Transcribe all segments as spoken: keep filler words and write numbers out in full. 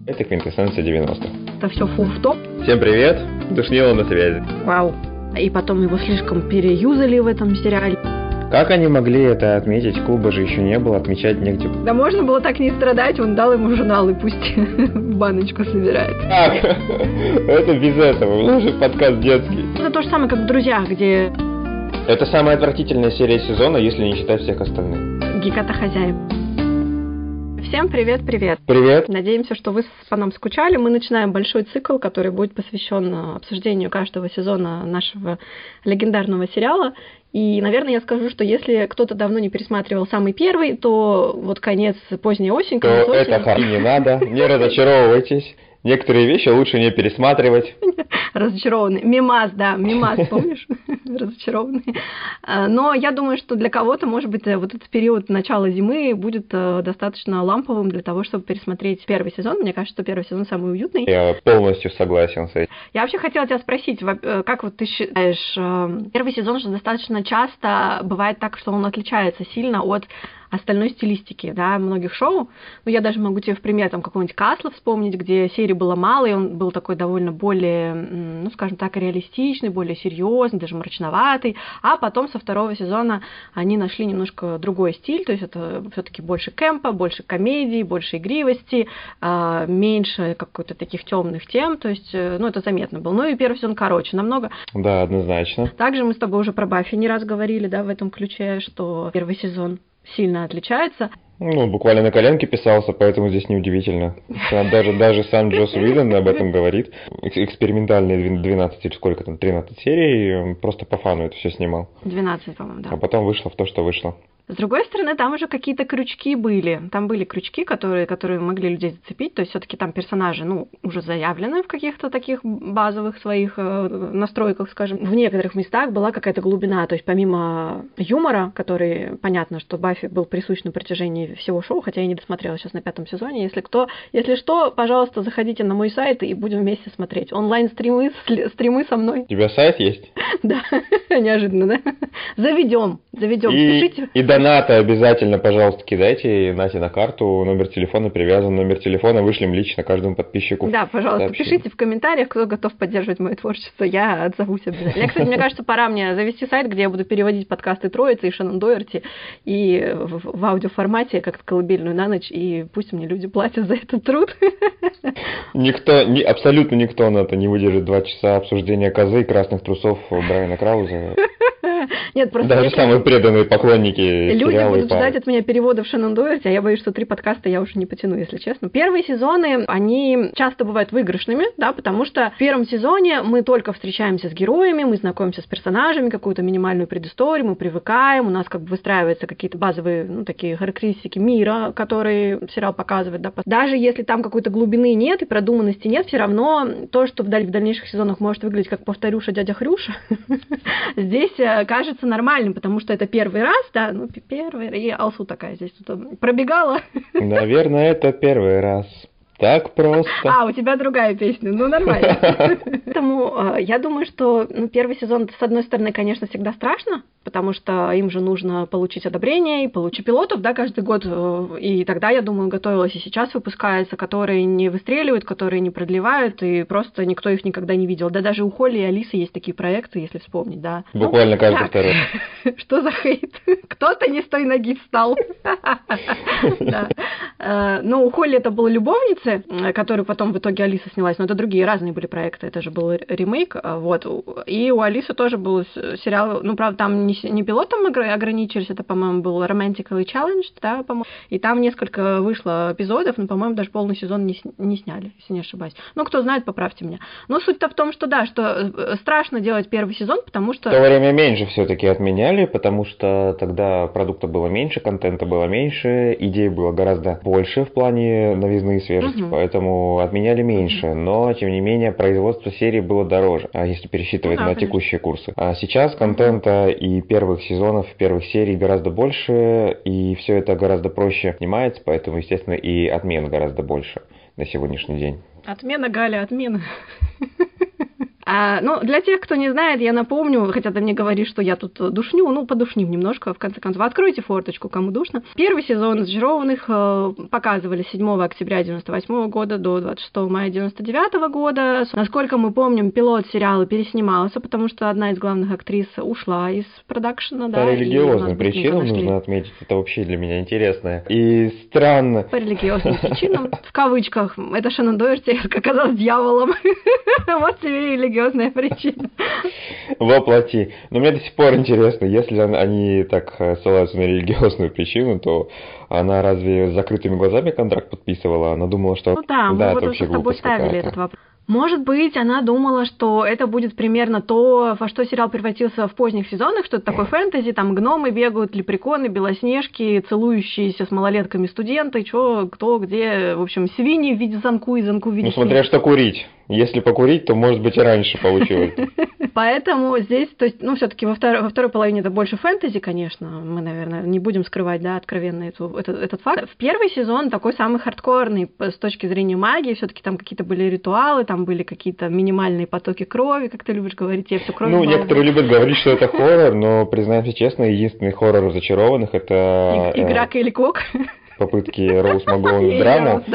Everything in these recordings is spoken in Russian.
Это квинтэссенция девяностых. Это все фу в топ. Всем привет, Душнило на связи. Вау. И потом его слишком переюзали в этом сериале. Как они могли это отметить? Клуба же еще не было, отмечать негде. Да можно было так не страдать, он дал ему журнал и пусть баночку собирает. Так, это без этого, у нас же подкаст детский. Это то же самое, как в «Друзьях», где... Это самая отвратительная серия сезона, если не считать всех остальных. Геката хозяин. Всем привет-привет. Привет. Надеемся, что вы по нам скучали. Мы начинаем большой цикл, который будет посвящен обсуждению каждого сезона нашего легендарного сериала. И, наверное, я скажу, что если кто-то давно не пересматривал самый первый, то вот конец, поздняя осень, конец то осени... это ха- не надо, не разочаровывайтесь. Некоторые вещи лучше не пересматривать. Разочарованный. Мимас, да, мимас, помнишь? Разочарованный. Но я думаю, что для кого-то, может быть, вот этот период начала зимы будет достаточно ламповым для того, чтобы пересмотреть первый сезон. Мне кажется, что первый сезон самый уютный. Я полностью согласен с этим. Я вообще хотела тебя спросить, как вот ты считаешь, первый сезон же достаточно часто бывает так, что он отличается сильно от остальной стилистики, да, многих шоу. Ну, я даже могу тебе в пример там какого-нибудь Касла вспомнить, где серий было мало, и он был такой довольно более, ну, скажем так, реалистичный, более серьезный, даже мрачноватый. А потом со второго сезона они нашли немножко другой стиль, то есть это все-таки больше кэмпа, больше комедии, больше игривости, меньше какой-то таких темных тем, то есть, ну, это заметно было. Ну, и первый сезон короче намного. Да, однозначно. Также мы с тобой уже про Баффи не раз говорили, да, в этом ключе, что первый сезон сильно отличается. Ну, буквально на коленке писался, поэтому здесь неудивительно. Даже, даже сам Джосс Уидон об этом говорит. Экспериментальные двенадцать или сколько там, тринадцать серий, просто по фану это все снимал. двенадцать, по-моему, да. А потом вышло в то, что вышло. С другой стороны, там уже какие-то крючки были. Там были крючки, которые, которые могли людей зацепить. То есть все-таки там персонажи, ну, уже заявлены в каких-то таких базовых своих э, настройках, скажем. В некоторых местах была какая-то глубина. То есть помимо юмора, который, понятно, что Баффи был присущ на протяжении всего шоу, хотя я не досмотрела сейчас на пятом сезоне. Если кто, если что, пожалуйста, заходите на мой сайт и будем вместе смотреть. Онлайн-стримы, стримы со мной. У тебя сайт есть? Да, неожиданно, да? Заведем, заведем. Пишите. И донаты обязательно, пожалуйста, кидайте Нате на карту, номер телефона привязан, номер телефона вышлем лично каждому подписчику. Да, пожалуйста, сообщение. Пишите в комментариях, кто готов поддерживать мое творчество, я отзовусь обязательно. Я, кстати, мне кажется, пора мне завести сайт, где я буду переводить подкасты Троицы и Шеннон Доерти и в, в аудиоформате, как колыбельную на ночь, и пусть мне люди платят за этот труд. Никто, ни, абсолютно никто на это не выдержит два часа обсуждения козы и красных трусов Брайана Крауза. Нет, просто даже самые преданные поклонники люди сериала будут ждать от меня переводов Шеннон Доерти, а я боюсь, что три подкаста я уже не потяну, если честно. Первые сезоны, они часто бывают выигрышными, да, потому что в первом сезоне мы только встречаемся с героями, мы знакомимся с персонажами, какую-то минимальную предысторию, мы привыкаем, у нас как бы выстраиваются какие-то базовые, ну, такие характеристики мира, которые сериал показывает, да. Даже если там какой-то глубины нет и продуманности нет, все равно то, что в дальнейших сезонах может выглядеть как повторюша дядя Хрюша, здесь кажется нормальным, потому что это первый раз, да, ну, первый, и Алсу такая здесь тут пробегала. Наверное, это первый раз. Так просто. А, у тебя другая песня, ну нормально. Поэтому я думаю, что ну, первый сезон, с одной стороны, конечно, всегда страшно, потому что им же нужно получить одобрение и получить пилотов, да, каждый год. И тогда, я думаю, готовилась и сейчас выпускается, которые не выстреливают, которые не продлевают, и просто никто их никогда не видел. Да даже у Холли и Алисы есть такие проекты, если вспомнить, да. Буквально ну, каждый так. второй. Что за хейт? Кто-то не с той ноги встал. Ну, у Холли это была любовница, которую потом в итоге Алиса снялась, но это другие разные были проекты, это же был ремейк, вот. И у Алисы тоже был сериал, ну, правда, там не, не пилотом ограничились, это, по-моему, был Romantically Challenged, да, по-моему, и там несколько вышло эпизодов, но, по-моему, даже полный сезон не, не сняли, если не ошибаюсь. Ну, кто знает, поправьте меня. Но суть-то в том, что, да, что страшно делать первый сезон, потому что... В то время меньше все-таки отменяли, потому что тогда продукта было меньше, контента было меньше, идей было гораздо больше в плане новизны и свежести, угу. Поэтому отменяли меньше, угу. Но, тем не менее, производство серии было дороже, если пересчитывать ну, да, на конечно. Текущие курсы. А сейчас контента и первых сезонов, первых серий гораздо больше, и все это гораздо проще снимается, поэтому, естественно, и отмен гораздо больше на сегодняшний день. Отмена, Галя, отмена. А, ну, для тех, кто не знает, я напомню, хотя ты мне говоришь, что я тут душню, ну, подушним немножко, в конце концов. Откройте форточку, кому душно. Первый сезон «Зачарованных» показывали с седьмого октября девяносто восьмого года до двадцать шестого мая девяносто девятого года. Насколько мы помним, пилот сериала переснимался, потому что одна из главных актрис ушла из продакшена. По да, религиозным причинам, нужно отметить, это вообще для меня интересно. И странно. По религиозным причинам, в кавычках, это Шеннон Доерти оказалась дьяволом. Вот тебе и религиозная причина. Воплоти. Но мне до сих пор интересно, если они так ссылаются на религиозную причину, то она разве с закрытыми глазами контракт подписывала? Она думала, что... Ну да, да мы вот уже с тобой ставили этот вопрос. Может быть, она думала, что это будет примерно то, во что сериал превратился в поздних сезонах, что это такое фэнтези, там гномы бегают, лепреконы, белоснежки, целующиеся с малолетками студенты, чё, кто, где, в общем, свиньи в виде занку и занку в виде Ну, смотря свиньи. что курить. Если покурить, то, может быть, и раньше получилось. Поэтому здесь, то есть, ну, все-таки во, втор- во второй половине это больше фэнтези, конечно. Мы, наверное, не будем скрывать, да, откровенно эту, этот, этот факт. В первый сезон такой самый хардкорный с точки зрения магии. Все-таки там какие-то были ритуалы, там были какие-то минимальные потоки крови, как ты любишь говорить, я всю кровь. Ну, бавлю. некоторые любят говорить, что это хоррор, но, признаемся честно, единственный хоррор в «Зачарованных» — это... Игра Кейли Куок. Попытки Роуз МcGowan в драму.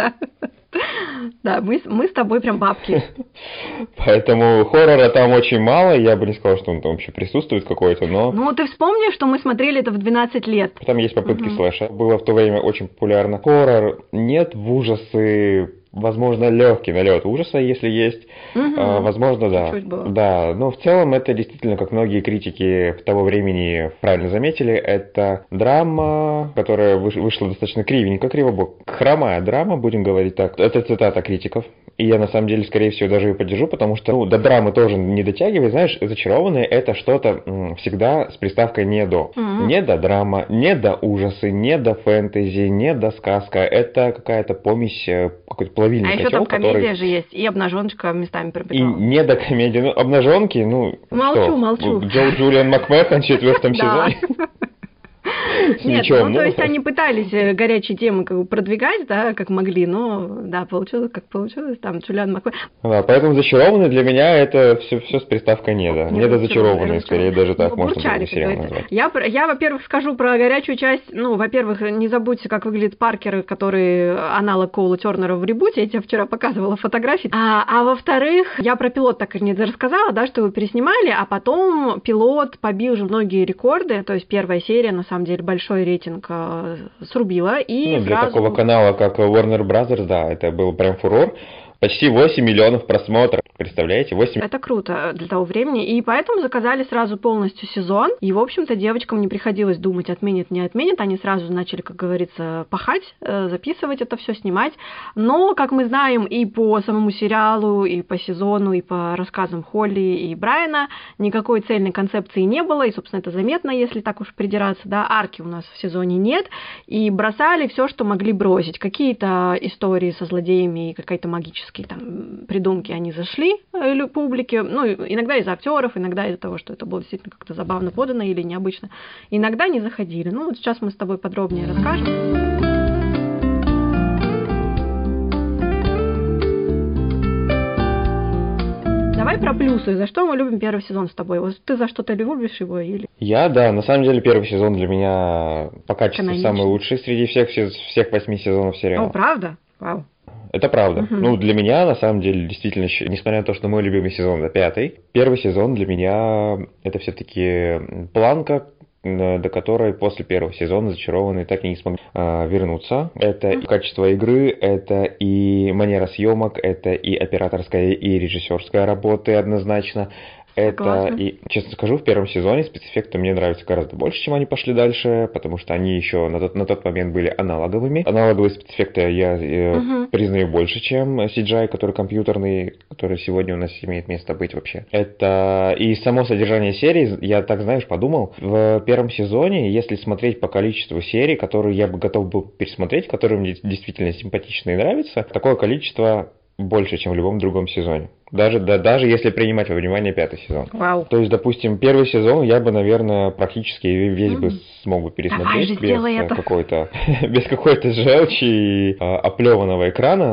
Да, мы, мы с тобой прям бабки. Поэтому хоррора там очень мало, я бы не сказал, что он там вообще присутствует какой-то, но... Ну, ты вспомни, что мы смотрели это в двенадцать лет. Там есть попытки угу. слэша. Было в то время очень популярно. Хоррор, нет в ужасы, возможно, легкий налет ужаса, если есть. Угу. А, возможно, да. Чуть было. Да, но в целом это действительно, как многие критики того времени правильно заметили, это драма, которая вышла достаточно кривенько, кривобок. Хромая драма, будем говорить так. Это цитата критиков. И я, на самом деле, скорее всего, даже ее поддержу, потому что, ну, до драмы тоже не дотягивает. Знаешь, «Зачарованные» — это что-то м, всегда с приставкой «не до». Mm-hmm. Не до драма, не до ужасы, не до фэнтези, не до сказка. Это какая-то помесь, какой-то плавильный а котел, еще там который... комедия же есть, и обнаженочка местами пропитала. И не до комедии. Ну, обнаженки, ну... Молчу, что? молчу. Джо Джулиан МакМэхон в четвертом сезоне. Нет, Ничем, ну, то есть они пытались горячие темы как бы продвигать, да, как могли, но, да, получилось, как получилось, там, Джулиан Маквей. Да, поэтому «Зачарованные» для меня это все, все с приставкой «не до». «Не до зачарованные», скорее, даже так ну, можно было сериал назвать. Я, я, во-первых, скажу про горячую часть, ну, во-первых, не забудьте, как выглядит Паркер, который аналог Коула Тернера в ребуте, я тебе вчера показывала фотографии. А, а во-вторых, я про пилот так и не рассказала, да, что его переснимали, а потом пилот побил же многие рекорды, то есть первая серия, на самом деле, большой рейтинг э, срубила. И ну, для сразу... такого канала, как Warner Brothers, да, это был прям фурор. Почти восемь миллионов просмотров, представляете? восемь... Это круто для того времени, и поэтому заказали сразу полностью сезон, и, в общем-то, девочкам не приходилось думать, отменят, не отменят, они сразу начали, как говорится, пахать, записывать это все, снимать, но, как мы знаем, и по самому сериалу, и по сезону, и по рассказам Холли и Брайана никакой цельной концепции не было, и, собственно, это заметно, если так уж придираться, да, арки у нас в сезоне нет, и бросали все, что могли бросить, какие-то истории со злодеями и какая-то магическая там придумки, они зашли публике, ну, иногда из-за актеров, иногда из-за того, что это было действительно как-то забавно подано или необычно, иногда не заходили. Ну, вот сейчас мы с тобой подробнее расскажем. Давай про плюсы. За что мы любим первый сезон с тобой? Вот ты за что-то любишь его или? Я, да. На самом деле первый сезон для меня по качеству Каноничный. Самый лучший среди всех, всех восьми сезонов сериала. О, правда? Вау. Это правда. Uh-huh. Ну, для меня, на самом деле, действительно, несмотря на то, что мой любимый сезон это пятый, первый сезон для меня это все-таки планка, до которой после первого сезона «Зачарованные» так и не смогли а, вернуться. Это и качество игры, это и манера съемок, это и операторская, и режиссерская работы однозначно. Это, Согласна. И, честно скажу, в первом сезоне спецэффекты мне нравятся гораздо больше, чем они пошли дальше, потому что они еще на тот, на тот момент были аналоговыми. Аналоговые спецэффекты я э, угу. признаю больше, чем си джи ай, который компьютерный, который сегодня у нас имеет место быть вообще. Это и само содержание серии, я так, знаешь, подумал, в первом сезоне, если смотреть по количеству серий, которые я бы готов был пересмотреть, которые мне действительно симпатичны и нравятся, такое количество больше, чем в любом другом сезоне. Даже, да, даже если принимать во внимание пятый сезон. Вау. То есть, допустим, первый сезон я бы, наверное, практически весь mm. бы смог бы пересмотреть же, без какой-то, без какой-то желчи и а, оплеванного экрана,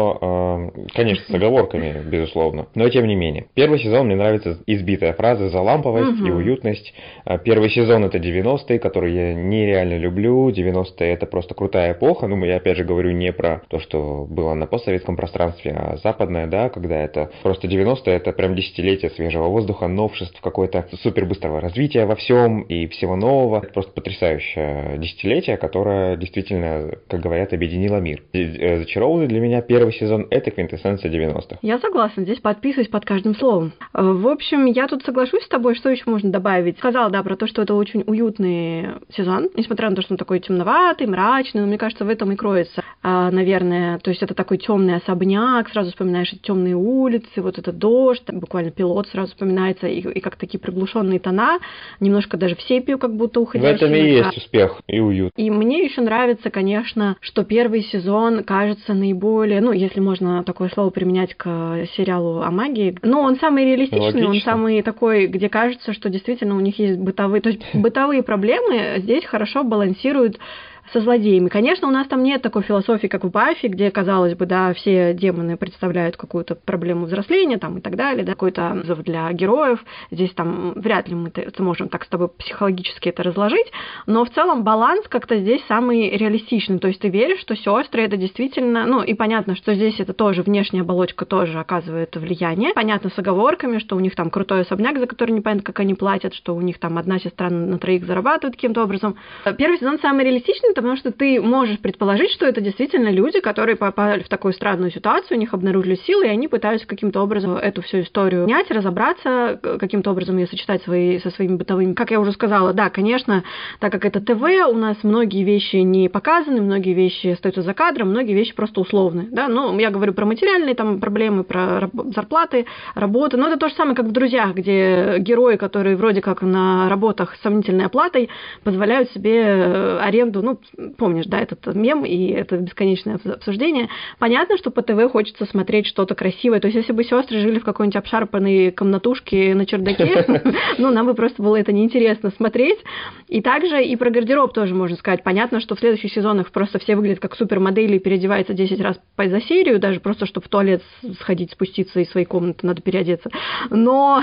но, а, конечно, с оговорками, безусловно. Но тем не менее. Первый сезон мне нравится избитая фраза «заламповость» mm-hmm. и уютность. Первый сезон — это девяностые, которые я нереально люблю. девяностые — это просто крутая эпоха. Ну, я опять же говорю не про то, что было на постсоветском пространстве, а западное, да, когда это просто девяностые — это прям десятилетие свежего воздуха, новшеств, какое-то супербыстрого развития во всем и всего нового. Это просто потрясающее десятилетие, которое действительно, как говорят, объединило мир. «Зачарованный» для меня первый сезон — это квинтэссенция девяностых. Я согласна, здесь подписываюсь под каждым словом. В общем, я тут соглашусь с тобой, что еще можно добавить. Сказала, да, про то, что это очень уютный сезон, несмотря на то, что он такой темноватый, мрачный, но мне кажется, в этом и кроется, наверное, то есть это такой темный особняк, сразу вспоминаешь эти темные улицы, вот этот дождь, буквально пилот сразу вспоминается, и, и как такие приглушенные тона, немножко даже в сепию как будто уходящие. В этом и есть успех и уют. И мне еще нравится, конечно, что первый сезон кажется наиболее, ну, если можно такое слово применять к сериалу о магии, но он самый реалистичный, он самый такой, где кажется, что действительно у них есть бытовые, то есть бытовые проблемы здесь хорошо балансируют со злодеями. Конечно, у нас там нет такой философии, как в Баффи, где, казалось бы, да, все демоны представляют какую-то проблему взросления там, и так далее, да, какой-то вызов для героев. Здесь там вряд ли мы можем так с тобой психологически это разложить, но в целом баланс как-то здесь самый реалистичный. То есть ты веришь, что сестры это действительно... Ну, и понятно, что здесь это тоже, внешняя оболочка тоже оказывает влияние. Понятно, с оговорками, что у них там крутой особняк, за который непонятно, как они платят, что у них там одна сестра на троих зарабатывает каким-то образом. Первый сезон самый реалистичный, потому что ты можешь предположить, что это действительно люди, которые попали в такую странную ситуацию, у них обнаружили силы, и они пытаются каким-то образом эту всю историю снять, разобраться, каким-то образом ее сочетать свои, со своими бытовыми. Как я уже сказала, да, конечно, так как это ТВ, у нас многие вещи не показаны, многие вещи остаются за кадром, многие вещи просто условны. Да? Ну, я говорю про материальные там проблемы, про зарплаты, работы, но это то же самое, как в «Друзьях», где герои, которые вроде как на работах с сомнительной оплатой, позволяют себе аренду, ну, помнишь, да, этот мем и это бесконечное обсуждение. Понятно, что по ТВ хочется смотреть что-то красивое. То есть, если бы сестры жили в какой-нибудь обшарпанной комнатушке на чердаке, ну, нам бы просто было это неинтересно смотреть. И также и про гардероб тоже можно сказать. Понятно, что в следующих сезонах просто все выглядят как супермодели и переодеваются десять раз за серию, даже просто, чтобы в туалет сходить, спуститься из своей комнаты, надо переодеться. Но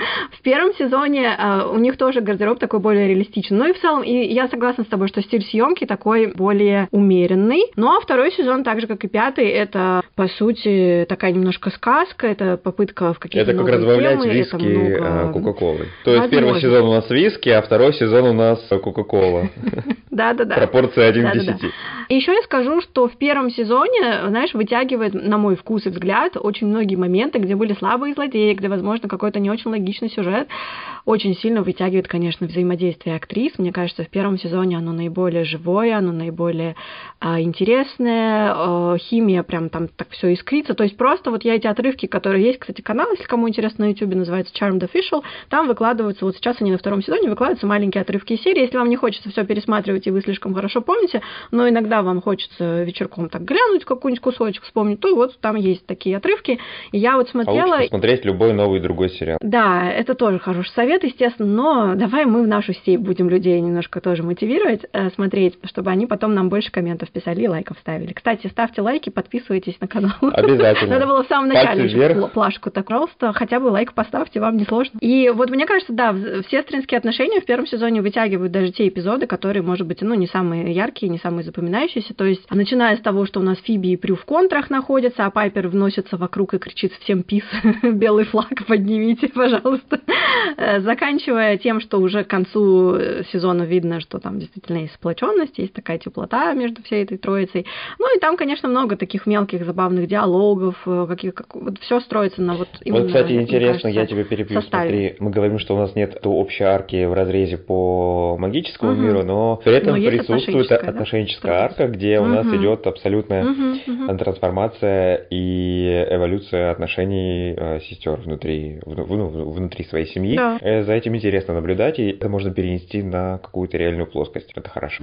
в первом сезоне у них тоже гардероб такой более реалистичный. Ну и в целом, и я согласна с тобой, что стиль съемки такой более умеренный. Ну а второй сезон, так же как и пятый, это, по сути, такая немножко сказка, это попытка в какие-то новые темы. Это как разбавлять виски много... Кока-колой. То есть первый сезон у нас виски, а второй сезон у нас Кока-кола. Да-да-да. Пропорция один к десяти. И еще я скажу, что в первом сезоне, знаешь, вытягивает, на мой вкус и взгляд, очень многие моменты, где были слабые злодеи, где, возможно, какой-то не очень логичный сюжет, очень сильно вытягивает, конечно, взаимодействие актрис. Мне кажется, в первом сезоне оно наиболее живое, оно наиболее а, интересное, а, химия прям там так все искрится. То есть просто вот я эти отрывки, которые есть, кстати, канал, если кому интересно, на YouTube, называется Charmed Official, там выкладываются, вот сейчас они на втором сезоне выкладываются маленькие отрывки из серии. Если вам не хочется все пересматривать, и вы слишком хорошо помните, но иногда вам хочется вечерком так глянуть, какой-нибудь кусочек вспомнить, то вот там есть такие отрывки. И я вот смотрела... А лучше посмотреть любой новый другой сериал. Да, это тоже хороший совет, естественно, но давай мы в нашу сеть будем людей немножко тоже мотивировать, э, смотреть, чтобы они потом нам больше комментов писали и лайков ставили. Кстати, ставьте лайки, подписывайтесь на канал. Обязательно. Надо было в самом начале еще плашку так, пожалуйста, хотя бы лайк поставьте, вам не сложно. И вот мне кажется, да, сестринские отношения в первом сезоне вытягивают даже те эпизоды, которые, может быть, ну, не самые яркие, не самые запоминающиеся. То есть, начиная с того, что у нас Фиби и Прю в контрах находятся, а Пайпер вносится вокруг и кричит всем пис, белый флаг поднимите, пожалуйста. Заканчивая тем, что уже к концу сезона видно, что там действительно есть сплоченность, есть такая теплота между всей этой троицей. Ну и там, конечно, много таких мелких забавных диалогов, каких, как, вот все строится на вот именно... Вот, кстати, интересно, кажется, я тебя перебью, составе. Смотри, мы говорим, что у нас нет общей арки в разрезе по магическому угу. миру, но при этом но присутствует отношенческая, отношенческая да? арка, где угу. у нас идет абсолютная угу. трансформация и эволюция отношений э, сестер внутри, в, ну, внутри своей семьи. Да. Э, за этим интересно наблюдать, и это можно перенести на какую-то реальную плоскость. Это хорошо.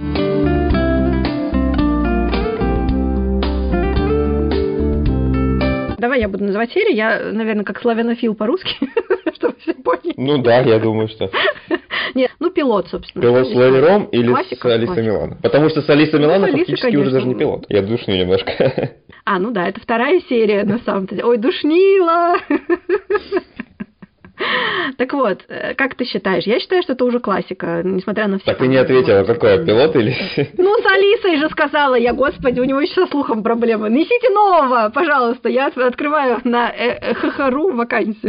Давай я буду называть серии. Я, наверное, как славянофил по-русски, чтобы все поняли. Ну да, я думаю, что... Нет, ну пилот, собственно. Пилот с Лэри Ром или классика, с Алисой Милано? Потому что с Алисой ну, Милано фактически конечно. Уже даже не пилот. Я душню немножко. А, ну да, это вторая серия на самом деле. Ой, душнила! Так вот, как ты считаешь? Я считаю, что это уже классика, несмотря на все... Так ты не ответила, какой пилот или... Ну, с Алисой же сказала я, господи, у него еще со слухом проблемы. Несите нового, пожалуйста, я открываю на ХХРУ вакансию.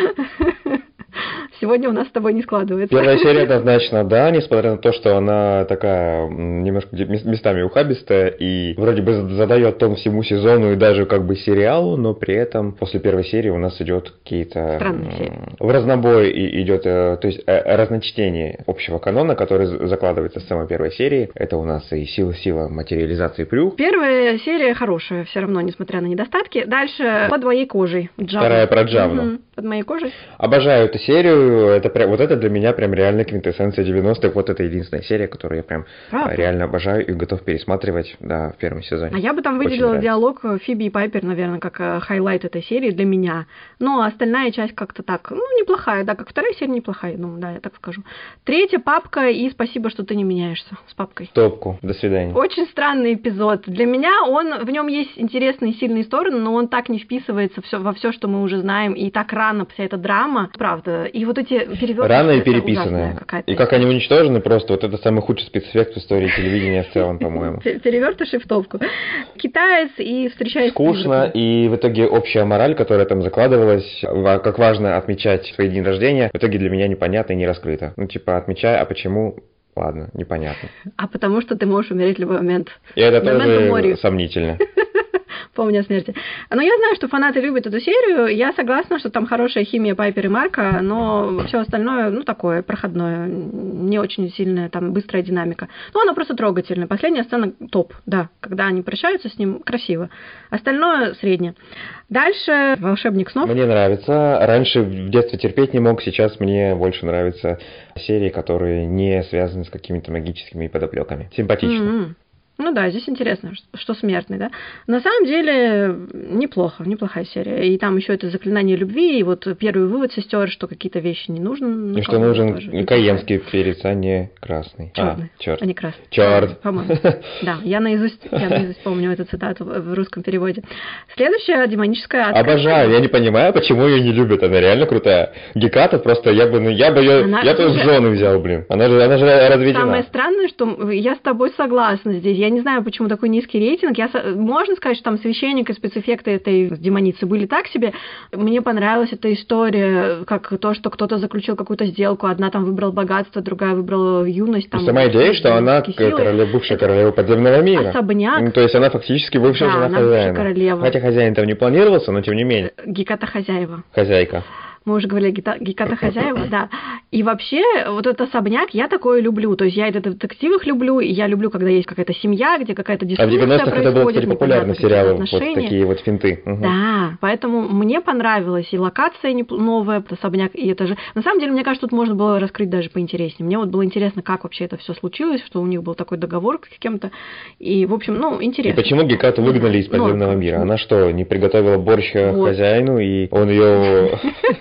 Сегодня у нас с тобой не складывается. Первая серия однозначно, да, несмотря на то, что она такая немножко местами ухабистая и вроде бы задает тон всему сезону и даже как бы сериалу, но при этом после первой серии у нас идет какие-то... Странные серии. В разнобой идет, то есть разночтение общего канона, который закладывается с самой первой серии. Это у нас и сила-сила материализации Прю. Первая серия хорошая все равно, несмотря на недостатки. Дальше «Под моей кожей». Джавна. Вторая про Джавну. Угу. «Под моей кожей». Обожаю эту серию. Это прям, вот это для меня прям реально квинтэссенция девяностых. Вот это единственная серия, которую я прям Правда? реально обожаю и готов пересматривать, да, в первом сезоне. А я бы там выделила диалог Фиби и Пайпер, наверное, как хайлайт этой серии для меня. Но остальная часть как-то так, ну, неплохая, да, как вторая серия неплохая, ну, да, я так скажу. Третья папка и спасибо, что ты не меняешься с папкой. Топку, до свидания. Очень странный эпизод. Для меня он, в нем есть интересные сильные стороны, но он так не вписывается всё, во все, что мы уже знаем, и так рано вся эта драма, правда. И вот эти перевёрты. Рано и переписанные. И как они уничтожены просто, вот это самый худший спецэффект в истории телевидения в целом, по-моему. Перевертыши в топку. Китаец и встречается... Скучно, и в итоге общая мораль, которая там закладывалась, как важно отмечать свой день рождения, в итоге для меня непонятно и не раскрыто. Ну, типа, отмечай, а почему... Ладно, непонятно. А потому что ты можешь умереть в любой момент. И это тоже сомнительно. Помню о смерти. Но я знаю, что фанаты любят эту серию. Я согласна, что там хорошая химия Пайпер и Марка, но все остальное, ну, такое, проходное, не очень сильная, там, быстрая динамика. Ну, она просто трогательная. Последняя сцена топ, да. Когда они прощаются с ним, красиво. Остальное среднее. Дальше «Волшебник снов». Мне нравится. Раньше в детстве терпеть не мог, сейчас мне больше нравятся серии, которые не связаны с какими-то магическими подоплеками. Симпатично. Mm-hmm. Ну да, здесь интересно, что смертный, да. На самом деле неплохо, неплохая серия. И там еще это заклинание любви, и вот первый вывод сестер, что какие-то вещи не нужны. И что нужен каенский перец, а не красный. Черный, а, черт. а не красный. Черт. По-моему. Да, я наизусть, я наизусть помню эту цитату в русском переводе. Следующая демоническая адская. Обожаю, я не понимаю, почему ее не любят, она реально крутая. Геката просто, я бы, я бы ее, она я бы в жены взял, блин. Она же, она же разведена. Самое странное, что я с тобой согласна здесь. Я не знаю, почему такой низкий рейтинг. Я, можно сказать, что там священник и спецэффекты этой демоницы были так себе. Мне понравилась эта история, как то, что кто-то заключил какую-то сделку, одна там выбрала богатство, другая выбрала юность. Там, сама идея, что она королева, бывшая королева подземного мира. Особняк. Ну, то есть она фактически бывшая да, жена хозяина. Королева. Хотя хозяин там не планировался, но тем не менее. Геката хозяева. Хозяйка. Мы уже говорили, Геката хозяева, да. И вообще, вот этот особняк, я такое люблю. То есть я это в детективах люблю, и я люблю, когда есть какая-то семья, где какая-то дискуссия происходит. А в девяностых это было, кстати, популярно, сериалы, вот такие вот финты. Угу. Да, поэтому мне понравилось. И локация новая, особняк, и это же... На самом деле, мне кажется, тут можно было раскрыть даже поинтереснее. Мне вот было интересно, как вообще это все случилось, что у них был такой договор с кем-то. И, в общем, ну, интересно. И почему Гекату выгнали из подземного мира? Она что, не приготовила борщ вот. хозяину, и он ее...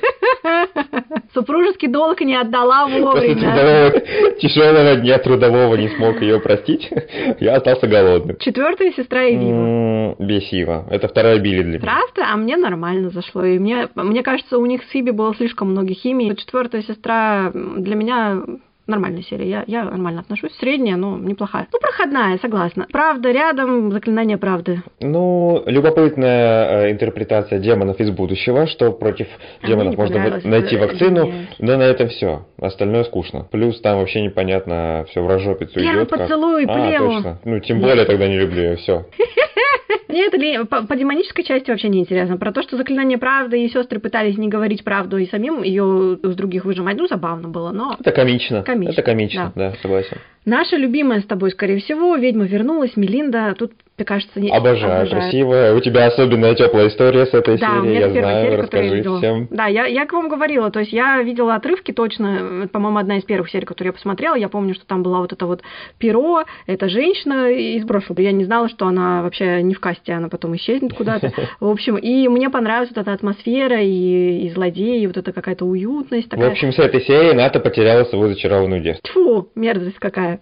Супружеский долг не отдала вовремя. После тяжелого дня трудового не смог ее простить, я остался голодным. Четвертая сестра Эвива. Бесиво. Это вторая Билли для меня. Правда? А мне нормально зашло. И мне, мне кажется, у них с Фиби было слишком много химии. Четвертая сестра для меня... Нормальная серия, я, я нормально отношусь. Средняя, но неплохая. Ну, проходная, согласна. Правда рядом, заклинание правды. Ну, любопытная э, интерпретация демонов из будущего, что против а демонов можно найти вакцину, Нет. но на этом все. Остальное скучно. Плюс там вообще непонятно, все в рожопицу идет. Первый поцелуй, как... плеву. А, точно. Ну, тем более тогда не люблю ее, все. Нет, по, по демонической части вообще не интересно. Про то, что заклинание правды, и сестры пытались не говорить правду и самим ее с других выжимать, ну, забавно было, но... Это комично. комично. Это комично, да, да согласен. Наша любимая с тобой, скорее всего, «Ведьма вернулась», Мелинда, тут, мне кажется, не... Обожаю, обожаю. Красивая. У тебя особенная теплая история с этой да, серией, у меня я это первая знаю, серия, расскажи которую я видела. всем. Да, я, я к вам говорила, то есть я видела отрывки точно, это, по-моему, одна из первых серий, которую я посмотрела, я помню, что там была вот эта вот перо, эта женщина из прошлого, я не знала, что она вообще не в касте, она потом исчезнет куда-то, в общем, и мне понравилась вот эта атмосфера, и, и злодеи, и вот эта какая-то уютность. Такая... В общем, с этой серии Ната потеряла свою зачарованную девственность. Тьфу, мерзость какая.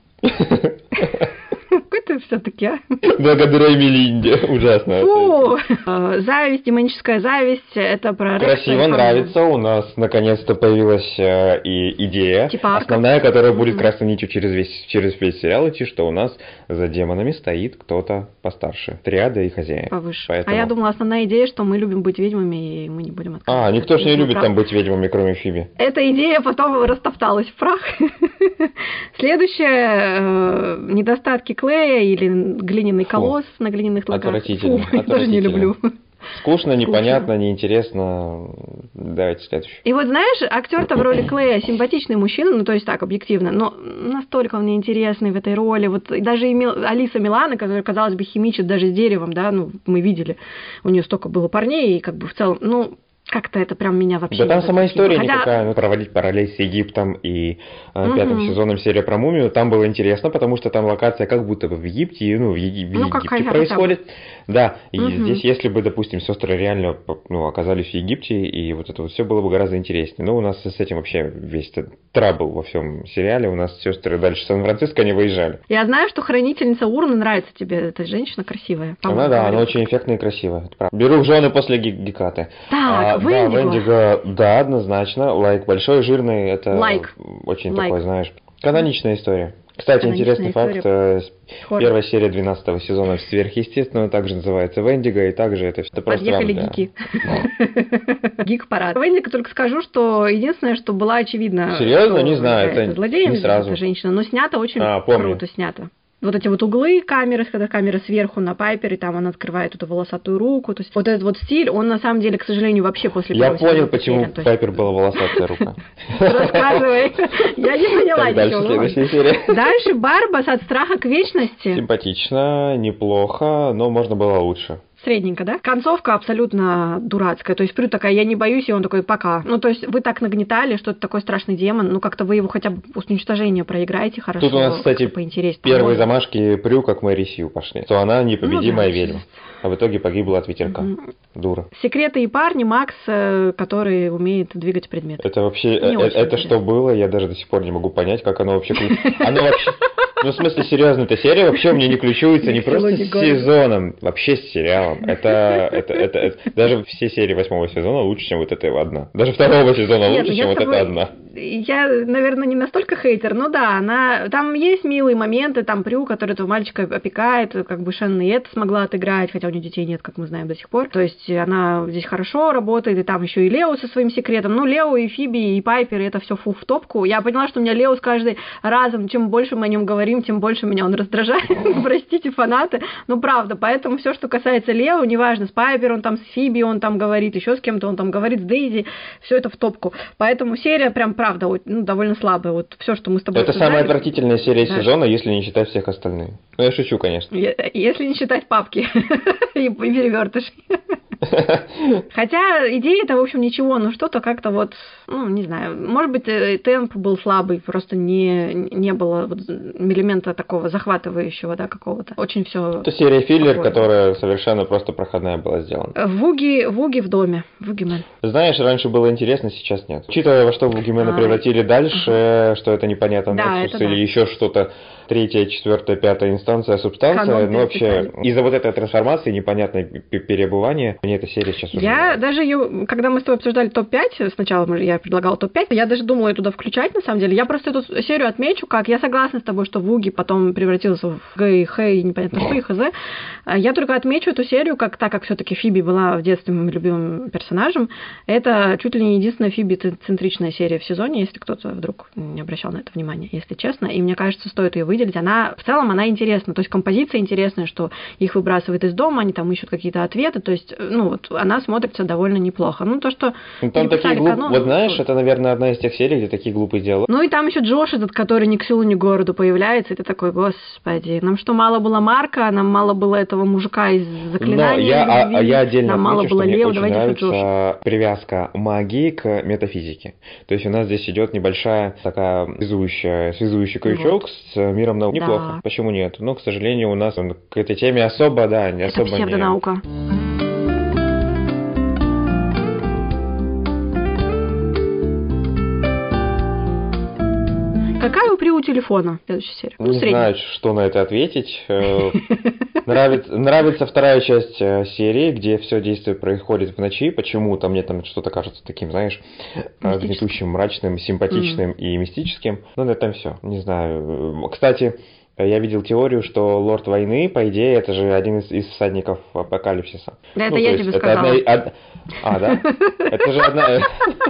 Какой ты все-таки, а? Благодаря Мелинде. Ужасно. Фу! Зависть, демоническая зависть, это про... Красиво, нравится. У нас наконец-то появилась э, и идея. Типа арка. Основная, которая будет mm-hmm. красной нитью через весь, через весь сериал идти, что у нас за демонами стоит кто-то постарше. Триада и хозяин. Повыше. Поэтому... А я думала, основная идея, что мы любим быть ведьмами, и мы не будем отказываться. А, никто же не любит там быть ведьмами, кроме Фиби. Эта идея потом растопталась в прах. Следующее, недостатки Клея или глиняный колосс Фу. На глиняных ногах. Отвратительно. Фу, я тоже не люблю. Скучно, непонятно, неинтересно. Давайте следующий. И вот знаешь, актер-то в роли Клея симпатичный мужчина, ну то есть так, объективно, но настолько он неинтересный в этой роли. Вот даже и Мил... Алиса Милана, которая, казалось бы, химичит даже с деревом, да, ну мы видели, у нее столько было парней, и как бы в целом, ну... Как-то это прям меня вообще... Да там сама история Хотя... никакая, ну, проводить параллель с Египтом и э, пятым угу. сезоном серии про мумию, там было интересно, потому что там локация как будто бы в Египте, ну, в, Еги... в ну, Египте происходит. Да, и угу. здесь, если бы, допустим, сестры реально ну, оказались в Египте, и вот это вот все было бы гораздо интереснее. Но у нас с этим вообще весь трабл во всем сериале, у нас сестры дальше Сан-Франциско не выезжали. Я знаю, что хранительница урны нравится тебе, эта женщина красивая. Она, да, она очень эффектная и красивая. Беру в жены после Гекаты. Так, а, да, Вендиго, да, однозначно. Лайк большой, жирный, это Лайк. очень Лайк. такой, знаешь, каноничная история. Кстати, Каноничная интересный история. факт, Хоррор. Первая серия двенадцатого сезона «Сверхъестественного» также называется «Вендиго», и также это все просто Подъехали вам, гики. Гик-парад. Вендиго только скажу, что единственное, что было очевидно... Серьезно? Не знаю, это злодеем, не сразу. Это женщина, но снято очень а, круто снято. Вот эти вот углы камеры, когда камера сверху на Пайпере, там она открывает эту волосатую руку. То есть вот этот вот стиль, он на самом деле, к сожалению, вообще после Я понял, почему у Пайпер была волосатая рука. Рассказывай. Я не поняла ничего. Следующая серия. Дальше Барбас от страха к вечности. Симпатично, неплохо, но можно было лучше. Средненько, да? Концовка абсолютно дурацкая. То есть Прю такая, я не боюсь, и он такой, пока. Ну, то есть вы так нагнетали, что это такой страшный демон, ну, как-то вы его хотя бы после уничтожения проиграете хорошо. Тут у нас, кстати, поинтереснее. первые замашки Прю, как Мэри Сью пошли. То она непобедимая ну, да, ведьма. А в итоге погибла от ветерка. Mm-hmm. Дура. «Секреты и парни» Макс, который умеет двигать предметы. Это вообще, это, это что было, я даже до сих пор не могу понять, как оно вообще... Оно вообще... Ну, в смысле, серьезно, эта серия вообще у меня не ключуется не просто с сезоном, вообще с сериалом. Это, это, это, это, даже все серии восьмого сезона лучше, чем вот эта одна. Даже второго сезона Нет, лучше, чем вот тобой... эта одна. Я, наверное, не настолько хейтер, но да, она... там есть милые моменты, там Прю, который этого мальчика опекает, как бы Шеннон и это смогла отыграть, хотя у нее детей нет, как мы знаем до сих пор. То есть она здесь хорошо работает, и там еще и Лео со своим секретом. Ну, Лео и Фиби, и Пайпер, это все фу в топку. Я поняла, что у меня Лео с каждым разом, чем больше мы о нем говорим, тем больше меня он раздражает. Простите, фанаты. Ну, правда, поэтому все, что касается Лео, неважно, с Пайпер он там, с Фиби он там говорит, еще с кем-то он там говорит, с Дейзи, все это в топку. Поэтому серия прям, правда, ну, довольно слабая. Вот все, что мы с тобой Это обсуждали. Самая отвратительная серия да. сезона, если не считать всех остальных. Ну, я шучу, конечно. Если не считать папки и перевертыш. Хотя идея-то, в общем, ничего, но что-то как-то вот, ну, не знаю, может быть, темп был слабый, просто не, не было вот элемента такого захватывающего, да, какого-то. Очень все. Это серия филлер, такое. Которая совершенно просто проходная была сделана. Вуги, Вуги в доме, Вугимен. Знаешь, раньше было интересно, сейчас нет. Учитывая, во что Вугимена а, превратили дальше, uh-huh. что это непонятно, да, Nexus или да. еще что-то, третья, четвертая, пятая инстанция, субстанция, Канон, ну вообще из-за вот этой трансформации, непонятной переобувания, мне эта серия сейчас уже... Я даже ее, когда мы с тобой обсуждали топ пять, сначала я предлагала топ пять, я даже думала ее туда включать, на самом деле. Я просто эту серию отмечу, как я согласна с тобой, что Вуги потом превратился в Г и Х, и непонятно что, и Хз. Я только отмечу эту серию, как так как все-таки Фиби была в детстве моим любимым персонажем, это чуть ли не единственная Фиби-центричная серия в сезоне, если кто-то вдруг не обращал на это внимание, если честно. И мне кажется, стоит ее выделить. Она, в целом, она интересна. То есть композиция интересная, что их выбрасывает из дома, они там ищут какие-то ответы. То есть, ну, ну, вот, она смотрится довольно неплохо. Ну, то, что... Ну, там такие глупые... Вот знаешь, это, наверное, одна из тех серий, где такие глупые дела. Ну, и там еще Джош этот, который ни к селу, ни к городу появляется, и ты такой, господи, нам что, мало было Марка, нам мало было этого мужика из Заклинания я, любви, а, а я отдельно нам отмечу, мало было что Лео, мне очень давайте нравится привязка магии к метафизике. То есть у нас здесь идет небольшая такая связующая, связующий крючок вот. С миром науки. Да. Неплохо. Почему нет? Но, к сожалению, у нас к этой теме особо, да, не Это особо не... псевдонаука. Какая у Прю телефона? Следующая серия. Ну, не знаю, что на это ответить. Нравится, нравится вторая часть серии, где все действие происходит в ночи. Почему-то мне там что-то кажется таким, знаешь, гнетущим, мрачным, симпатичным mm-hmm. и мистическим. Но на этом все. Не знаю. Кстати, я видел теорию, что Лорд Войны, по идее, это же один из, из всадников апокалипсиса. Да, это ну, я тебе сказала. Одна... Од... А, да? Это же одна...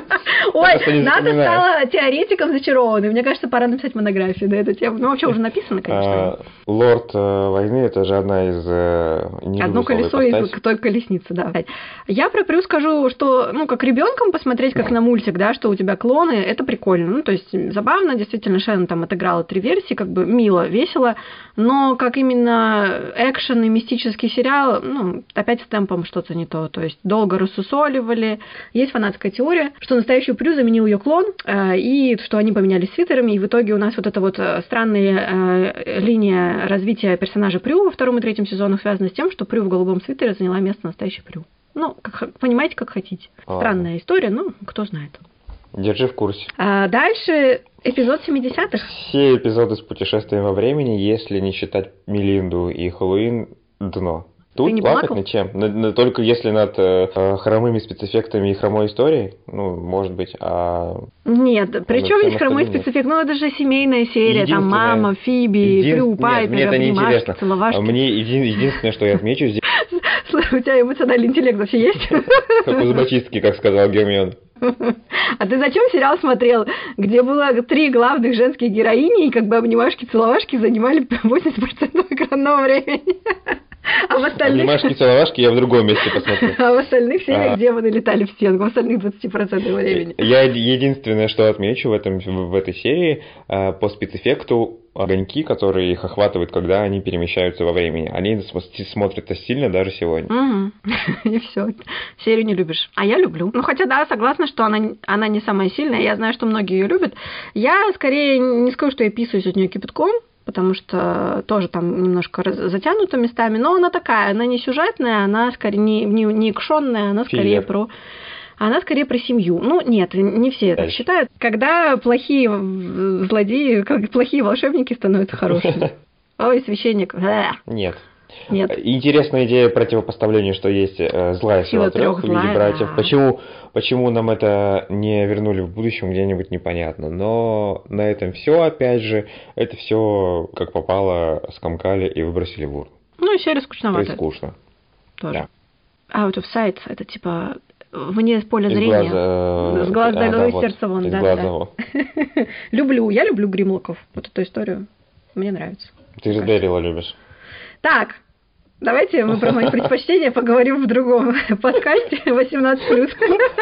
Ой, надо стала теоретиком зачарованным. Мне кажется, пора написать монографию на эту тему. Ну, вообще уже написано, конечно. Лорд Войны, это же одна из... Одно колесо из той колесницы, да. Я про Прю скажу, что, ну, как ребенком посмотреть, как на мультик, да, что у тебя клоны, это прикольно. Ну, то есть забавно, действительно, Шеннон там отыграла три версии, как бы мило, весело, но как именно экшен и мистический сериал, ну, опять с темпом что-то не то. То есть долго рассусоливали. Есть фанатская теория, что настоящую Прю заменил ее клон, и что они поменялись свитерами, и в итоге у нас вот эта вот странная линия развития персонажа Прю во втором и третьем сезонах связана с тем, что Прю в голубом свитере заняла место настоящей Прю. Ну, как, понимаете, как хотите. Странная история, ну, кто знает. Держи в курсе. А дальше эпизод семидесятых. Все эпизоды с путешествием во времени, если не считать Мелинду и Хэллоуин, дно. Тут не плакать плакал? ничем. Но, но только если над э, хромыми спецэффектами и хромой историей, ну, может быть, а... Нет, причем здесь хромой спецэффект? Ну, это же семейная серия, там мама, Фиби, Един... Прю, Пайпер, мне это не интересно. Целовашки. Мне един... единственное, что я отмечу здесь... Слушай, у тебя эмоциональный интеллект вообще есть? Как у зубочистки, как сказал Гермион. А ты зачем сериал смотрел, где было три главных женских героини, и как бы обнимашки-целовашки занимали восемьдесят процентов экранного времени? А в остальных... Обнимашки-целовашки я в другом месте посмотрел. А в остальных сериях а... демоны летали в стенку, в остальных двадцать процентов времени. Я единственное, что отмечу в, этом, в этой серии, по спецэффекту, огоньки, которые их охватывают, когда они перемещаются во времени. Они смотрятся сильно даже сегодня. Угу. И все. Серию не любишь. А я люблю. Ну, хотя, да, согласна, что она, она не самая сильная. Я знаю, что многие ее любят. Я, скорее, не скажу, что я писаюсь от нее кипятком, потому что тоже там немножко затянута местами. Но она такая, она не сюжетная, она скорее не, не, не экшонная, она скорее Филипп. про... Она скорее про семью. Ну, нет, не все так считают. Когда плохие злодеи, как плохие волшебники становятся хорошими. Ой, священник. Нет. Нет. Интересная идея противопоставления, что есть злая сила трех в виде братьев. Да. Почему, почему нам это не вернули в будущем, где-нибудь непонятно. Но на этом все, опять же, это все как попало, скомкали и выбросили в урну. Ну, и серия скучноватая. То есть скучно. Тоже. Да. Out of sight, это типа... Вне поля зрения. Глаза... С глаз а, долой, да, сердце вот, вон, да. да. Люблю, я люблю Гримлоков. Вот эту историю. Мне нравится. Ты же Дэрила любишь. Так, давайте мы про мои предпочтения поговорим в другом подкасте восемнадцать плюс.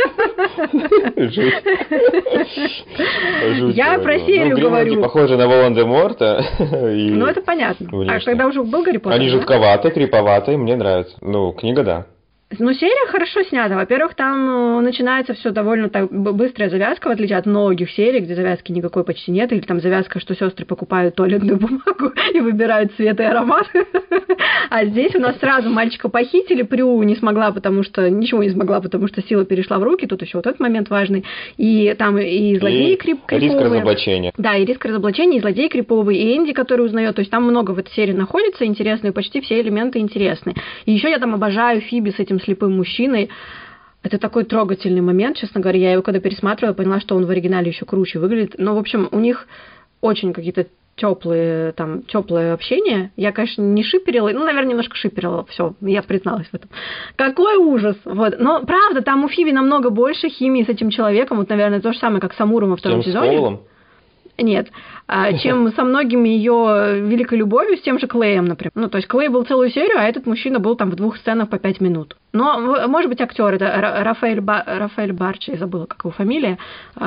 Я про серию говорю. Похоже на Волан-де-Морта. Ну, это понятно. А когда уже был Гарри Поттер? Они жутковатые, криповатые, мне нравится. Ну, книга, да. Ну, серия хорошо снята. Во-первых, там начинается все довольно так быстрая завязка, в отличие от многих серий, где завязки никакой почти нет, или там завязка, что сестры покупают туалетную бумагу и выбирают цвет и аромат. А здесь у нас сразу мальчика похитили, Прю не смогла, потому что ничего не смогла, потому что сила перешла в руки. Тут еще вот этот момент важный. И там и злодеи крип- криповые. Риск разоблачения. Да, и риск разоблачения, и злодей криповый, и Энди, который узнает. То есть там много в этой серии находится интересно, и почти все элементы интересны. И еще я там обожаю Фиби с этим слепым мужчиной. Это такой трогательный момент, честно говоря. Я его когда пересматривала, поняла, что он в оригинале еще круче выглядит. Но, в общем, у них очень какие-то теплые, там, теплое общение. Я, конечно, не шиперила, ну, наверное, немножко шиперила, все, я призналась в этом. Какой ужас! Вот. Но, правда, там у Фиби намного больше химии с этим человеком. Вот, наверное, то же самое, как с Амуром во втором Чем сезоне. С Коулом? Нет, чем со многими ее великой любовью, с тем же Клеем, например. Ну, то есть Клей был целую серию, а этот мужчина был там в двух сценах по пять минут. Но, может быть, актер, это Рафаэль, Ба... Рафаэль Барчи, я забыла, как его фамилия,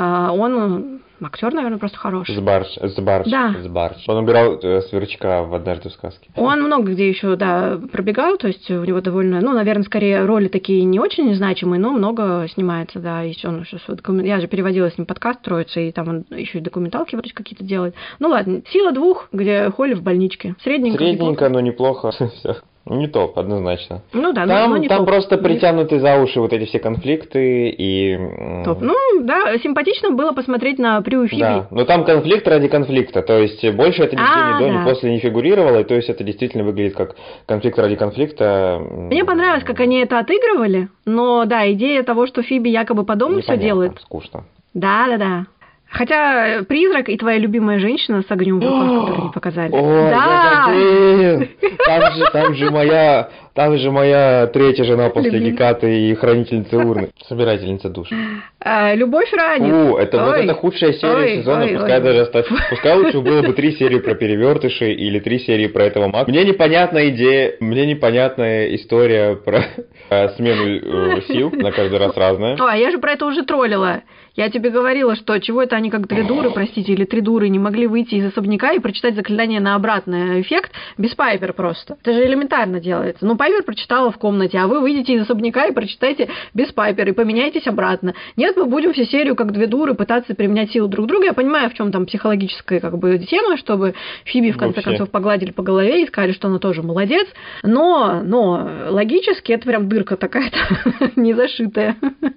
он актер, наверное, просто хороший. Сбарч, Сбарч, да. Сбарч. Он убирал Сверчка в «Однажды в сказке». Он много где еще, да, пробегал, то есть у него довольно, ну, наверное, скорее роли такие не очень значимые, но много снимается, да, и он сейчас, я же переводила с ним подкаст «Троица», и там он еще и документалки вроде какие-то делает. Ну, ладно, «Сила двух», где Холли в больничке. Средненько, Средненько, но неплохо. Все. Не топ, однозначно. Ну да, там, но не там топ. просто притянуты за уши вот эти все конфликты и... Топ. Ну да, симпатично было посмотреть на Прю и Фиби. Да, но там конфликт ради конфликта, то есть больше это нигде а, ни до, да. ни после не фигурировало, и то есть это действительно выглядит как конфликт ради конфликта. Мне понравилось, как они это отыгрывали, но да, идея того, что Фиби якобы по дому все делает. Скучно. Да, да, да. Хотя «Призрак» и «Твоя любимая женщина» с огнем в руках, которые не показали. О, да! я там же, там же моя, там же моя третья жена после Люблю. Гекаты и хранительница урны, собирательница душ. А, «Любовь ранит». Фу, это ой, вот это худшая серия ой, сезона, ой, пускай ой. даже оставь, пускай лучше было бы три серии про перевертыши или три серии про этого мага. Мне непонятная идея, мне непонятная история про э, смену э, сил, на каждый раз разная. О, а я же про это уже троллила. Я тебе говорила, что чего это они как две дуры, простите, или три дуры не могли выйти из особняка и прочитать заклинание на обратный эффект без Пайпер просто. Это же элементарно делается. Ну, Пайпер прочитала в комнате, а вы выйдете из особняка и прочитайте без Пайпер и поменяйтесь обратно. Нет, мы будем всю серию как две дуры пытаться применять силу друг друга. Я понимаю, в чем там психологическая как бы тема, чтобы Фиби в конце Вообще. концов погладили по голове и сказали, что она тоже молодец. Но, но логически это прям дырка такая-то не зашитая.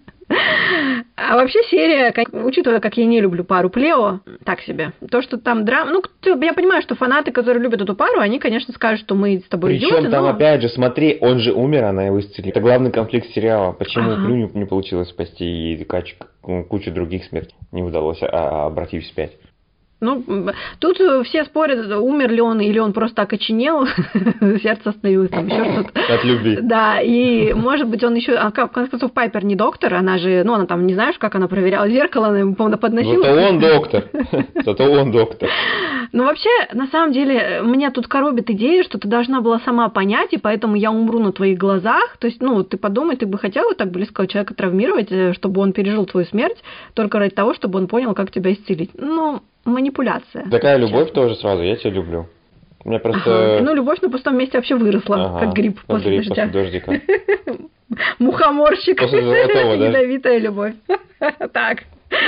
А вообще серия, как, учитывая, как я не люблю пару Плео, так себе. То, что там драма... Ну, я понимаю, что фанаты, которые любят эту пару, они, конечно, скажут, что мы с тобой Причем идиоты, там, но... опять же, смотри, он же умер, она его исцелила. Это главный конфликт сериала. Почему Ага. Плю не, не получилось спасти и кач- кучу других смертей не удалось а, обратить вспять? Ну, тут все спорят, умер ли он, или он просто окоченел, сердце остановилось, там еще что-то. От любви. Да, и, может быть, он еще... А, в конце концов, Пайпер не доктор, она же... Ну, она там, не знаешь, как она проверяла зеркало, она ему, по-моему, подносила. Зато он доктор. Зато он доктор. Ну, вообще, на самом деле, меня тут коробит идея, что ты должна была сама понять, и поэтому я умру на твоих глазах. То есть, ну, ты подумай, ты бы хотела так близкого человека травмировать, чтобы он пережил твою смерть, только ради того, чтобы он понял, как тебя исцелить. Ну... Манипуляция. Такая любовь честно. Тоже сразу, я тебя люблю. У меня просто... Ага. Ну, любовь на пустом месте вообще выросла, ага, как гриб как после гриб дождя. После дождика. Мухоморщик. После золотого, да? Ядовитая любовь. Так.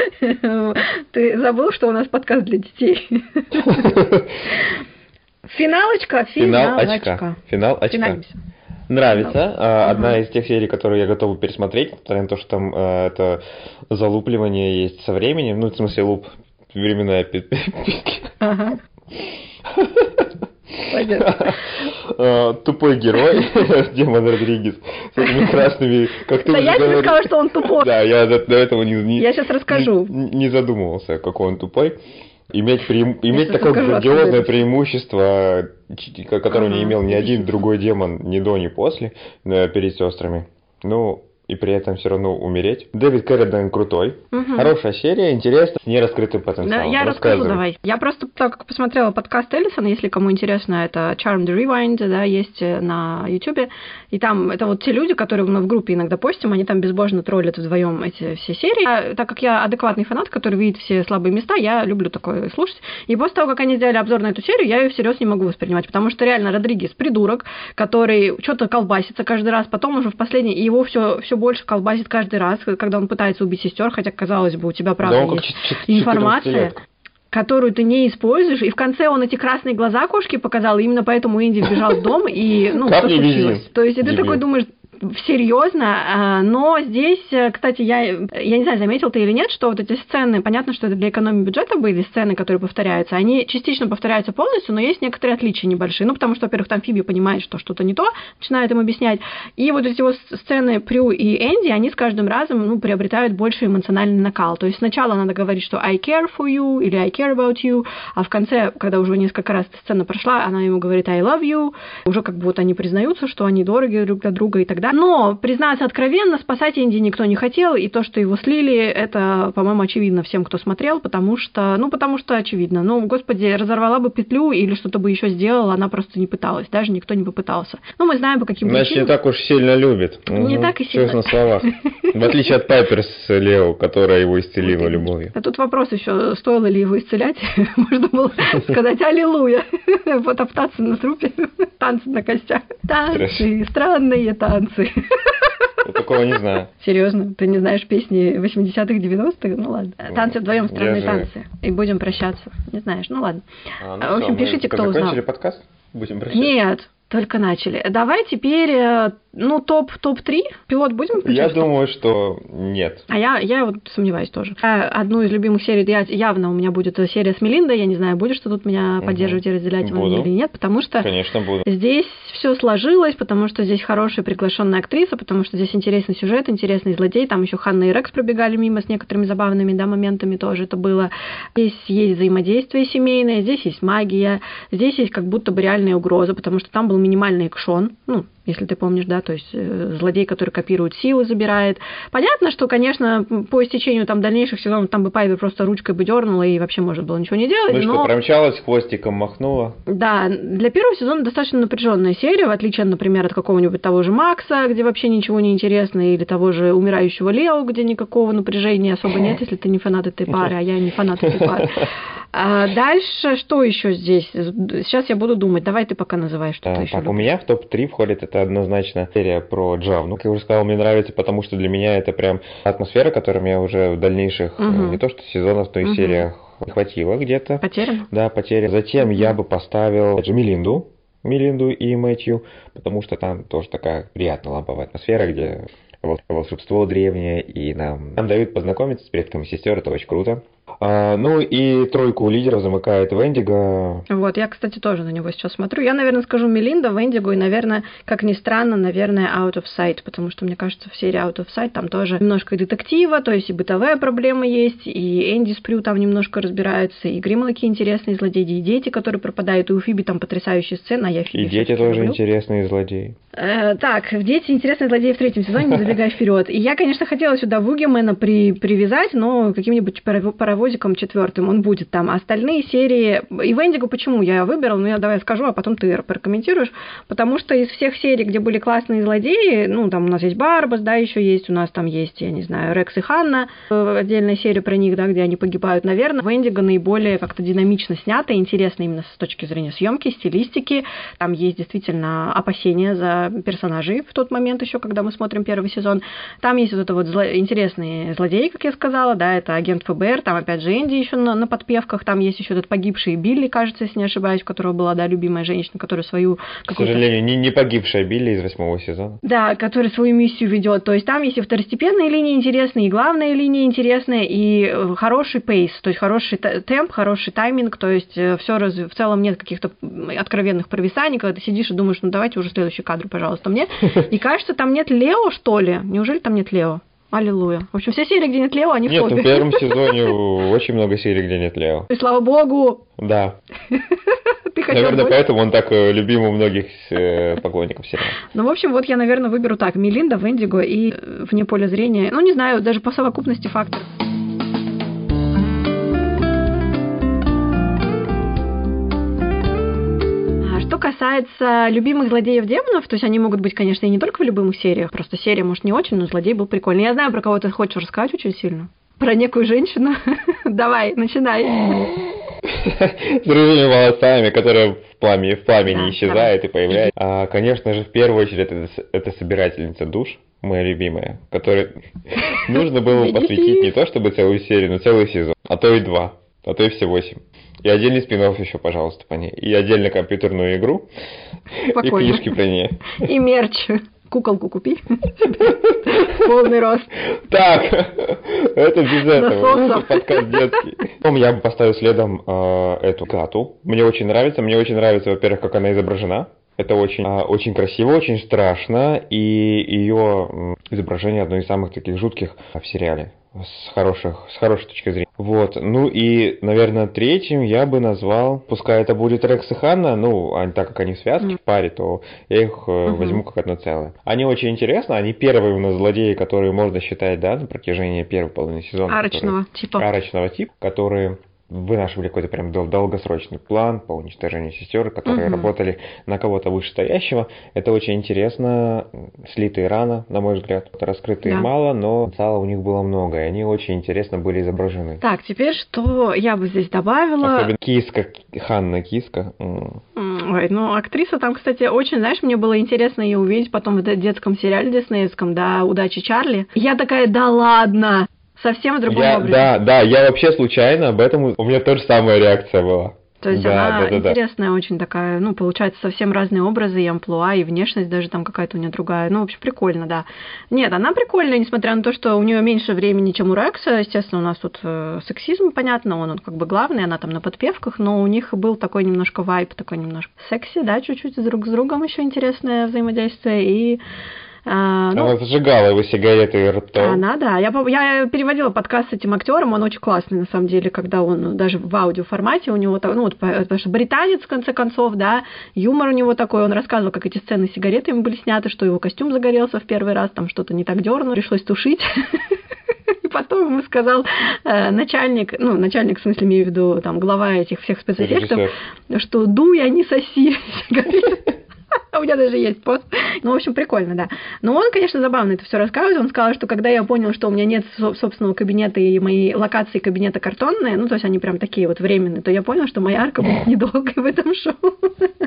Ты забыл, что у нас подкаст для детей? Финалочка, финалочка. Финал очка. Финалимся. Нравится. Финал. Одна Ага. из тех серий, которые я готов пересмотреть, несмотря на то, что там э, это залупливание есть со временем. Ну, в смысле, луп временная петля. Ага. Тупой герой Демон Родригес с этими красными, как ты да уже я тебе говорил. сказала, что он тупой. Да, я до, до этого не, не, я сейчас расскажу. Не, не задумывался, какой он тупой. Иметь, преим... Иметь такое расскажу, грандиозное откуда преимущество, которое ага, не имел ни отлично. один другой демон ни до, ни после, перед сестрами. Ну, и при этом все равно умереть. Дэвид Кэрридайн крутой. Угу. Хорошая серия, интересная, с нераскрытым потенциалом. Да, я расскажу давай. Я просто так как посмотрела подкаст Эллисона, если кому интересно, это Charmed Rewind, да, есть на Ютубе. И там это вот те люди, которые мы в группе иногда постим, они там безбожно троллят вдвоем эти все серии. А, так как я адекватный фанат, который видит все слабые места, я люблю такое слушать. И после того, как они сделали обзор на эту серию, я ее всерьез не могу воспринимать, потому что реально Родригес придурок, который что-то колбасится каждый раз, потом уже в последний, и его все все больше колбасит каждый раз, когда он пытается убить сестер, хотя, казалось бы, у тебя, правда, да, есть информация, которую ты не используешь, и в конце он эти красные глаза кошки показал, и именно поэтому Инди вбежал в дом, и, ну, что случилось? То есть, и ты такой думаешь, серьезно, но здесь, кстати, я, я не знаю, заметил ты или нет, что вот эти сцены, понятно, что это для экономии бюджета были сцены, которые повторяются, они частично повторяются полностью, но есть некоторые отличия небольшие, ну, потому что, во-первых, там Фиби понимает, что что-то не то, начинает им объяснять, и вот эти вот сцены Прю и Энди, они с каждым разом, ну, приобретают больше эмоциональный накал, то есть сначала надо говорить, что I care for you, или I care about you, а в конце, когда уже несколько раз эта сцена прошла, она ему говорит I love you, уже как бы вот они признаются, что они дороги друг для друга и так далее. да. Но, признаться откровенно, спасать Энди никто не хотел, и то, что его слили, это, по-моему, очевидно всем, кто смотрел, потому что, ну, потому что очевидно. Ну, господи, разорвала бы петлю или что-то бы еще сделала, она просто не пыталась, даже никто не попытался. Ну, мы знаем, по каким Значит, причинам. не так уж сильно любит. Не угу. так и сильно. Честно словах. В отличие от Пайпер с Лео, которая его исцелила любовью. А тут вопрос еще, стоило ли его исцелять? Можно было сказать аллилуйя, потоптаться на трупе, танцы на костях. Танцы, странные танцы. Я такого не знаю. Серьезно? Ты не знаешь песни восьмидесятых, девяностых? Ну ладно. Танцы вдвоем, странные танцы. И будем прощаться. Не знаешь? Ну ладно. А, ну в общем, все, пишите, мы кто узнал. закончили подкаст? Будем прощаться? Нет. Только начали. Давай теперь, ну, топ, топ-три. Пилот будем включать? Я думаю, что нет. А я, я вот сомневаюсь тоже. Одну из любимых серий, я, явно у меня будет серия с Мелиндой. Я не знаю, будешь ты тут меня угу. поддерживать и разделять буду. Или нет, потому что Конечно, буду. Здесь все сложилось, потому что здесь хорошая приглашенная актриса, потому что здесь интересный сюжет, интересный злодей. Там еще Ханна и Рекс пробегали мимо с некоторыми забавными, да, моментами тоже это было. Здесь есть взаимодействие семейное, здесь есть магия, здесь есть как будто бы реальная угроза, потому что там был минимальный экшон, ну, если ты помнишь, да, то есть э, злодей, который копирует силы, забирает. Понятно, что, конечно, по истечению там дальнейших сезонов там бы Пайпер просто ручкой бы дернула и вообще можно было ничего не делать. Ну но... что, промчалась, хвостиком махнула. Да, для первого сезона достаточно напряженная серия, в отличие, например, от какого-нибудь того же Макса, где вообще ничего не интересно, или того же умирающего Лео, где никакого напряжения особо нет, если ты не фанат этой пары, а я не фанат этой пары. А дальше что еще здесь? Сейчас я буду думать. Давай ты пока называешь что-то а, еще. Так, любишь. У меня в топ три входит это однозначно серия про Джавну. Как я уже сказал, мне нравится, потому что для меня это прям атмосфера, которая меня уже в дальнейших, угу. не то что сезонах, но и угу. сериях хватило где-то. Потерян? Да, потерян. Затем угу. я бы поставил Мелинду. Мелинду и Мэтью, потому что там тоже такая приятная ламповая атмосфера, где волшебство древнее, и нам, нам дают познакомиться с предками сестер, это очень круто. А, ну и тройку лидеров замыкает Вендиго. Вот, я, кстати, тоже на него сейчас смотрю. Я, наверное, скажу Мелинда, Вендиго и, наверное, как ни странно, наверное, Out of Sight, потому что, мне кажется, в серии Out of Sight там тоже немножко детектива, то есть и бытовая проблема есть, и Энди Спрю там немножко разбирается, и Гримлоки интересные злодеи, и дети, которые пропадают, и у Фиби там потрясающая сцена, а я Фиби И дети тоже люблю. Интересные злодеи. Э, так, дети интересные злодеи в третьем сезоне, не забегай вперед. И я, конечно, хотела сюда Вугемена при, привязать, но каким-нибудь паровозиком четвертым он будет там. А остальные серии... И Вендиго почему я выбрала? Ну, я давай скажу, а потом ты прокомментируешь. Потому что из всех серий, где были классные злодеи, ну, там у нас есть Барбас, да, еще есть, у нас там есть, я не знаю, Рекс и Ханна, отдельная серия про них, да, где они погибают, наверное. Вендиго наиболее как-то динамично снято, интересно именно с точки зрения съемки, стилистики. Там есть действительно опасения за персонажей в тот момент еще, когда мы смотрим первый сезон. Там есть вот это вот зло... интересные злодеи, как я сказала, да, это агент ФБР, там опять же Энди еще на, на подпевках, там есть еще этот погибший Билли, кажется, если не ошибаюсь, у которого была, да, любимая женщина, которая свою... К сожалению, не, не погибшая Билли из восьмого сезона. Да, которая свою миссию ведет. То есть там есть и второстепенные линии интересные, и главная линия интересная, и хороший пейс, то есть хороший темп, хороший тайминг, то есть все раз... в целом нет каких-то откровенных провисаний, когда ты сидишь и думаешь, ну давайте уже следующий кадр, пожалуйста, мне. И кажется, там нет Лео, что ли? Неужели там нет Лео? Аллилуйя. В общем, все серии, где нет Лео, они нет, в топе. Нет, в первом сезоне очень много серий, где нет Лео. И слава богу! Да. Ты хотел наверное, больше? Поэтому он так любим у многих поклонников сериала. Ну, в общем, вот я, наверное, выберу так. Мелинда, Вендиго и вне поля зрения. Ну, не знаю, даже по совокупности факторов. Что касается любимых злодеев-демонов, то есть они могут быть, конечно, и не только в любимых сериях, просто серия, может, не очень, но злодей был прикольный. Я знаю, про кого ты хочешь рассказать очень сильно. Про некую женщину. Давай, начинай. С рыжими волосами, которая в пламени, в пламени да, исчезает да. и появляется. А, конечно же, в первую очередь, это, это собирательница душ, моя любимая, которой нужно было посвятить не то чтобы целую серию, но целый сезон, а то и два, а то и все восемь. И отдельный спин-офф еще, пожалуйста, по ней. И отдельно компьютерную игру. Спокойно. И книжки про нее. И мерч. Куколку купи. Полный рост. Так, это без этого. Это подкаст детский. Я бы поставил следом эту Кату. Мне очень нравится. Мне очень нравится, во-первых, как она изображена. Это очень, очень красиво, очень страшно. И ее изображение одно из самых таких жутких в сериале. с, хороших, с хорошей точки зрения. Вот. Ну и, наверное, третьим я бы назвал, пускай это будет Рекс и Ханна, ну, они, так как они в связке, mm. в паре, то я их mm-hmm. возьму как одно целое. Они очень интересны, они первые у нас злодеи, которые можно считать, да, на протяжении первой половины сезона. Арочного которые, типа. Арочного типа, которые вынашивали какой-то прям долгосрочный план по уничтожению сестер, которые угу. работали на кого-то вышестоящего. Это очень интересно, слитые рано, на мой взгляд, раскрытые да. мало, но потенциала у них было много, и они очень интересно были изображены. Так, теперь что я бы здесь добавила? Особенно Киска, Ханна Киска. Ой, ну актриса там, кстати, очень, знаешь, мне было интересно ее увидеть потом в детском сериале диснеевском, да, «Удачи, Чарли». Я такая, да ладно! Совсем в другом я, образе. Да, да, я вообще случайно об этом... У меня тоже самая реакция была. То есть да, она да, да, интересная да. очень такая, ну, получается, совсем разные образы и амплуа, и внешность даже там какая-то у нее другая. Ну, в общем, прикольно, да. Нет, она прикольная, несмотря на то, что у нее меньше времени, чем у Рекса. Естественно, у нас тут э, сексизм, понятно, он, он как бы главный, она там на подпевках, но у них был такой немножко вайб, такой немножко секси, да, чуть-чуть друг с другом еще интересное взаимодействие, и... А, ну, она зажигала его сигареты и ртом. Она, да. Я, я переводила подкаст с этим актером, он очень классный, на самом деле, когда он даже в аудиоформате, у него, ну, вот, потому что британец, в конце концов, да, юмор у него такой, он рассказывал, как эти сцены с сигаретами были сняты, что его костюм загорелся в первый раз, там что-то не так дернуло, пришлось тушить. И потом ему сказал э, начальник, ну, начальник, в смысле, имею в виду, там, глава этих всех спецэффектов, что дуй, а не соси сигареты. У меня даже есть пост. Ну, в общем, прикольно, да. Но он, конечно, забавно это все рассказывает. Он сказал, что когда я понял, что у меня нет собственного кабинета и мои локации кабинета картонные, ну, то есть они прям такие вот временные, то я понял, что моя арка будет недолгой в этом шоу.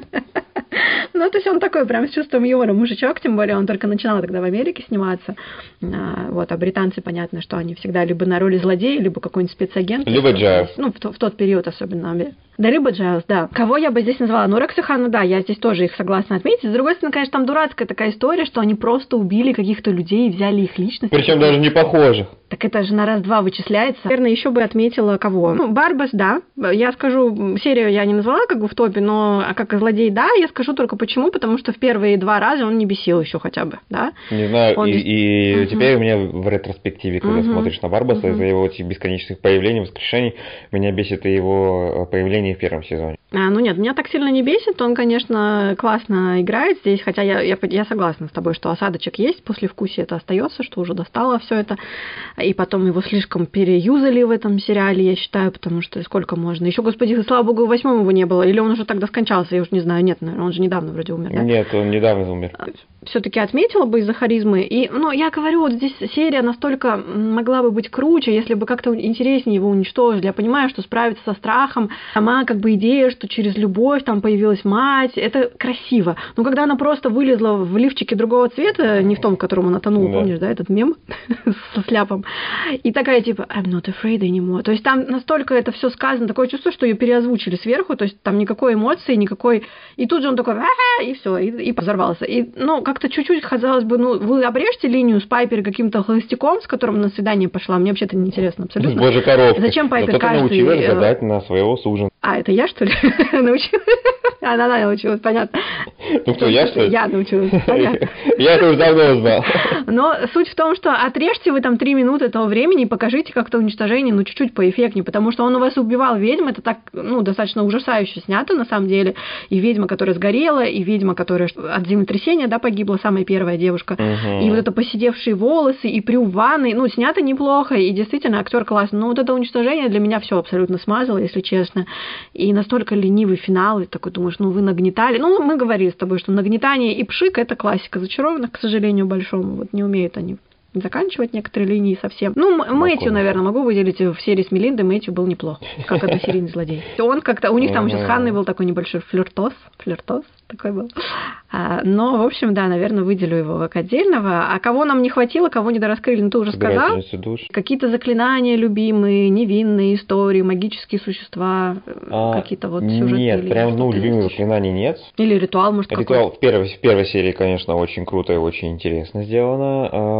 Ну, то есть он такой прям с чувством юмора мужичок, тем более он только начинал тогда в Америке сниматься. Вот, а британцы, понятно, что они всегда либо на роли злодея, либо какой-нибудь спецагент. Либо Джайлз. Ну, в, в тот период особенно. Да, либо Джайлз, да. Кого я бы здесь назвала? Ну, Рекс и Ханна, да, я здесь тоже их согласна отметить. С другой стороны, конечно, там дурацкая такая история, что они просто убили каких-то людей и взяли их личность. Причем даже не похожих. Так это же на раз-два вычисляется. Наверное, еще бы отметила кого? Ну, Барбас, да. Я скажу, серию я не назвала как бы в топе, но а как злодей, да, я скажу только почему, потому что в первые два раза он не бесил еще хотя бы, да. Не знаю, он и, бес... и угу. теперь у меня в ретроспективе, когда угу. смотришь на Барбаса, угу. из-за его этих бесконечных появлений, воскрешений, меня бесит и его появление в первом сезоне. А, ну нет, меня так сильно не бесит, он, конечно, классно играет здесь, хотя я, я, я согласна с тобой, что осадочек есть, послевкусие это остается, что уже достало все это, и потом его слишком переюзали в этом сериале, я считаю, потому что сколько можно. Еще, господи, слава богу, в восьмом его не было, или он уже тогда скончался, я уже не знаю, нет, наверное, он же недавно вроде умер, да? Нет, он недавно умер. Все-таки отметила бы из-за харизмы, и, ну, я говорю, вот здесь серия настолько могла бы быть круче, если бы как-то интереснее его уничтожили. Я понимаю, что справиться со страхом, сама как бы идея, что через любовь там появилась мать, это красиво. Но когда она просто вылезла в лифчике другого цвета, не в том, в котором она тонула, да. Помнишь, да, этот мем со сляпом, и такая типа I'm not afraid anymore. То есть там настолько это все сказано, такое чувство, что ее переозвучили сверху, то есть там никакой эмоции, никакой... И тут же он такой а-а-а! И все, и, и взорвался. И, ну, как-то чуть-чуть, казалось бы, ну, вы обрежьте линию с Пайпер каким-то холостяком, с которым на свидание пошла. Мне вообще-то неинтересно абсолютно. Боже, коровка. Зачем Пайпер Зато каждый... ты научилась гадать на своего суженого. А, это я, что ли, научилась? Она, она научилась, понятно. Ну кто, я, что ли? Я научилась, понятно. Я это уже давно узнал. Но суть в том, что отрежьте вы там три минуты этого времени и покажите как-то уничтожение, ну, чуть-чуть поэффектнее, потому что он у вас убивал ведьм, это так, ну, достаточно ужасающе снято, на самом деле. И ведьма, которая сгорела, и ведьма, которая от землетрясения, да, погибла, самая первая девушка. Угу. И вот это поседевшие волосы, и плюв ванной, ну, снято неплохо, и действительно актер классный. Но вот это уничтожение для меня все абсолютно смазало, если честно. И настолько ленивый финал, и такой думаешь, ну, вы нагнетали. Ну, мы говорили с тобой, что нагнетание и пшик – это классика зачарованных, к сожалению, большому. Вот не умеют они заканчивать некоторые линии совсем. Ну, Мэтью, наверное, могу выделить в серии с Мелиндой. Мэтью был неплох, как односерийный злодей. Он как-то... У них там еще с Ханной был такой небольшой флиртоз. Флиртоз такой был. Но, в общем, да, наверное, выделю его как отдельного. А кого нам не хватило, кого недораскрыли, ну, ты уже сказал. Какие-то заклинания любимые, невинные истории, магические существа, а, какие-то вот сюжеты. Нет, прям, ну, любимых заклинаний нет. Или ритуал, может, ритуал в первой, в первой серии, конечно, очень круто и очень интересно сделана. Сцена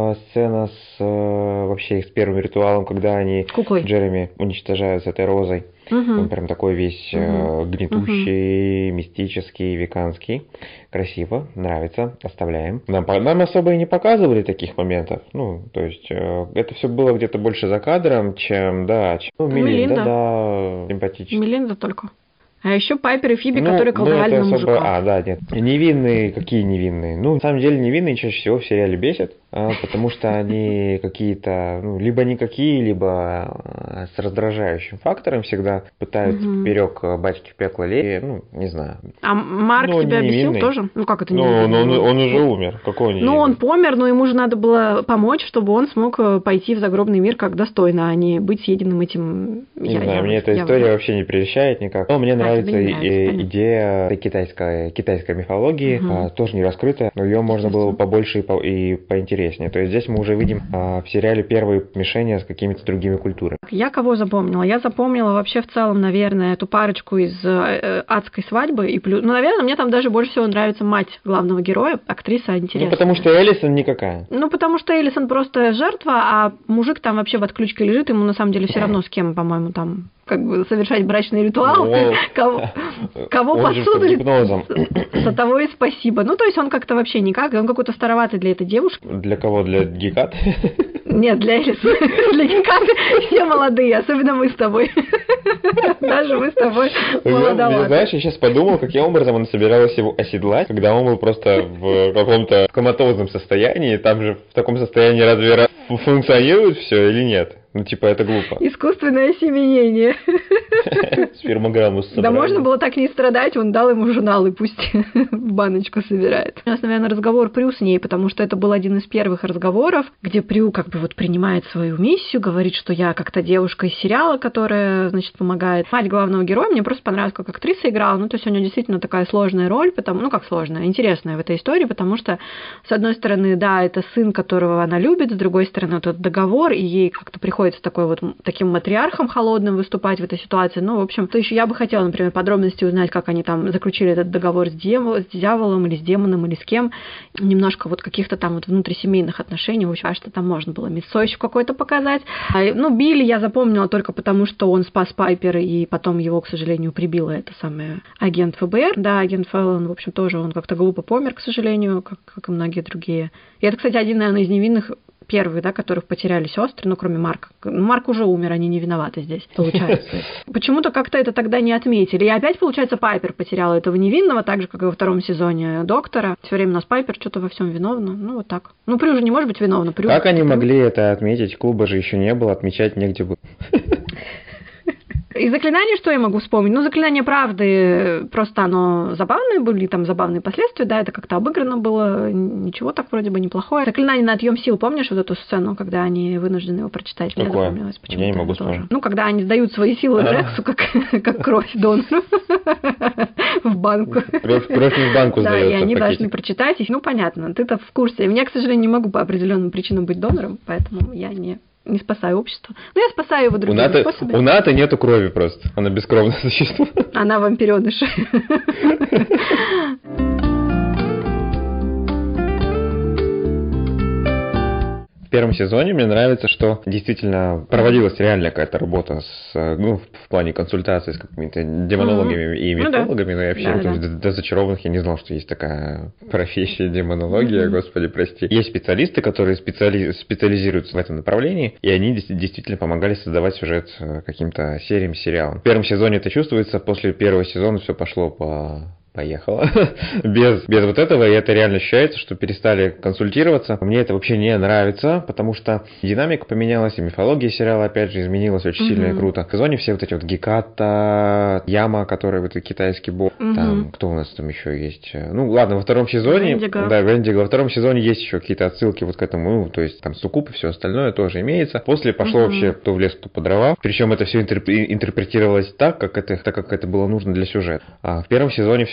сцена с вообще их с первым ритуалом, когда они Куклой. Джереми уничтожают с этой розой. Угу. Он прям такой весь угу. гнетущий, угу. мистический, веканский. Красиво, нравится, оставляем. Нам, нам особо и не показывали таких моментов. Ну, то есть, это все было где-то больше за кадром, чем, да, чем, ну, Мелинда, Мелинда, да, симпатичная. Мелинда только. А еще Пайпер и Фиби, ну, которые ну, колдовали на особо... мужиков. А, да, нет. Невинные, какие невинные? Ну, на самом деле, невинные чаще всего в сериале бесят, а, потому что они какие-то, ну, либо никакие, либо с раздражающим фактором всегда пытаются угу. поперек батьки в пекло лезть, ну, не знаю. А Марк ну, тебя бесил тоже? Ну, как это не Ну, он, он, он уже умер. Какой он Ну, он помер, но ему же надо было помочь, чтобы он смог пойти в загробный мир как достойно, а не быть съеденным этим... Не я, знаю, я, мне я, эта я история я... вообще не прельщает никак. Но мне нравится. Нравится, нравится идея китайской, китайской мифологии, угу. а, тоже не раскрытая, но ее можно было побольше и, по, и поинтереснее. То есть здесь мы уже видим а, в сериале первые смешения с какими-то другими культурами. Я кого запомнила? Я запомнила вообще в целом, наверное, эту парочку из э, «Адской свадьбы». И плюс, ну, наверное, мне там даже больше всего нравится мать главного героя, актриса интересная. Ну, потому что Элисон никакая. Ну, потому что Элисон просто жертва, а мужик там вообще в отключке лежит, ему на самом деле все равно с кем, по-моему, там... как бы совершать брачный ритуал, ну, кого, кого посудили, за того и спасибо. Ну, то есть он как-то вообще никак, он какой-то староватый для этой девушки. Для кого? Для Гекаты? Нет, для Элисы. Для Гекаты все молодые, особенно мы с тобой. Даже мы с тобой молодоваты. Знаешь, я сейчас подумал, каким образом она собиралась его оседлать, когда он был просто в каком-то коматозном состоянии, там же в таком состоянии разве функционирует все или нет? Ну, типа, это глупо. Искусственное осеменение. Спермограмму собрали. Да можно было так не страдать, он дал ему журнал и пусть в баночку собирает. У нас, наверное, разговор Прю с ней, потому что это был один из первых разговоров, где Прю как бы вот принимает свою миссию, говорит, что я как-то девушка из сериала, которая, значит, помогает. Мать главного героя, мне просто понравилось, как актриса играла. Ну, то есть у нее действительно такая сложная роль, потому, ну, как сложная, интересная в этой истории, потому что, с одной стороны, да, это сын, которого она любит, с другой стороны, вот этот договор, и ей как-то приходится такой вот таким матриархом холодным выступать в этой ситуации. Ну, в общем, то еще я бы хотела, например, подробности узнать, как они там заключили этот договор с, дьявол, с дьяволом или с демоном или с кем. Немножко вот каких-то там вот внутрисемейных отношений. В общем, а что там можно было мясо еще какое-то показать. А, ну, Билли я запомнила только потому, что он спас Пайпер, и потом его, к сожалению, прибила эта самая агент ФБР. Да, агент Феллон, в общем, тоже он как-то глупо помер, к сожалению, как, как и многие другие. И это, кстати, один, наверное, из невинных первых, да, которых потеряли сестры, ну, кроме Марка. Марк уже умер, они не виноваты здесь, получается. Почему-то как-то это тогда не отметили. И опять, получается, Пайпер потеряла этого невинного, так же, как и во втором сезоне Доктора. Все время у нас Пайпер что-то во всем виновна. Ну, вот так. Ну, Прю же не может быть виновна. Прю... Как они могли это отметить? Клуба же еще не было, отмечать негде было. Из заклинаний что я могу вспомнить? Ну, заклинание правды, просто оно забавное, были там забавные последствия, да, это как-то обыграно было, ничего так вроде бы неплохое. Заклинание на отъем сил, помнишь вот эту сцену, когда они вынуждены его прочитать? Мне запомнилось почему-то. Я не могу вспомнить. Ну, когда они сдают свои силы Рексу, как, как кровь донору в банку. Кровь, кровь не в банку да, сдается. Да, и они должны прочитать их. Ну, понятно, ты-то в курсе. Я, к сожалению, не могу по определенным причинам быть донором, поэтому я не... не спасаю общество. Но я спасаю его другими у Наты, способами. У Наты нету крови просто. Она бескровное существо. Она вампирёныш. В первом сезоне мне нравится, что действительно проводилась реальная какая-то работа с, ну, в плане консультации с какими-то демонологами mm-hmm. и мифологами. Ну, да. Ну, и вообще, да, да. До, до зачарованных я не знал, что есть такая профессия демонология, mm-hmm. господи, прости. Есть специалисты, которые специали... специализируются в этом направлении, и они действительно помогали создавать сюжет каким-то сериям, сериалам. В первом сезоне это чувствуется, после первого сезона все пошло по... поехала. без, без вот этого, и это реально ощущается, что перестали консультироваться. Мне это вообще не нравится, потому что динамика поменялась, и мифология сериала, опять же, изменилась очень mm-hmm. сильно и круто. В сезоне все вот эти вот Геката, Яма, который вот китайский бог, mm-hmm. там, кто у нас там еще есть? Ну, ладно, во втором сезоне, Вендиго. Да, Вендиго, во втором сезоне есть еще какие-то отсылки вот к этому, ну, то есть там Суккуб и все остальное тоже имеется. После пошло mm-hmm. вообще кто в лес, кто по дрова. Причем это все интерп- интерпретировалось так, как это, так, как это было нужно для сюжета. А в первом сезоне все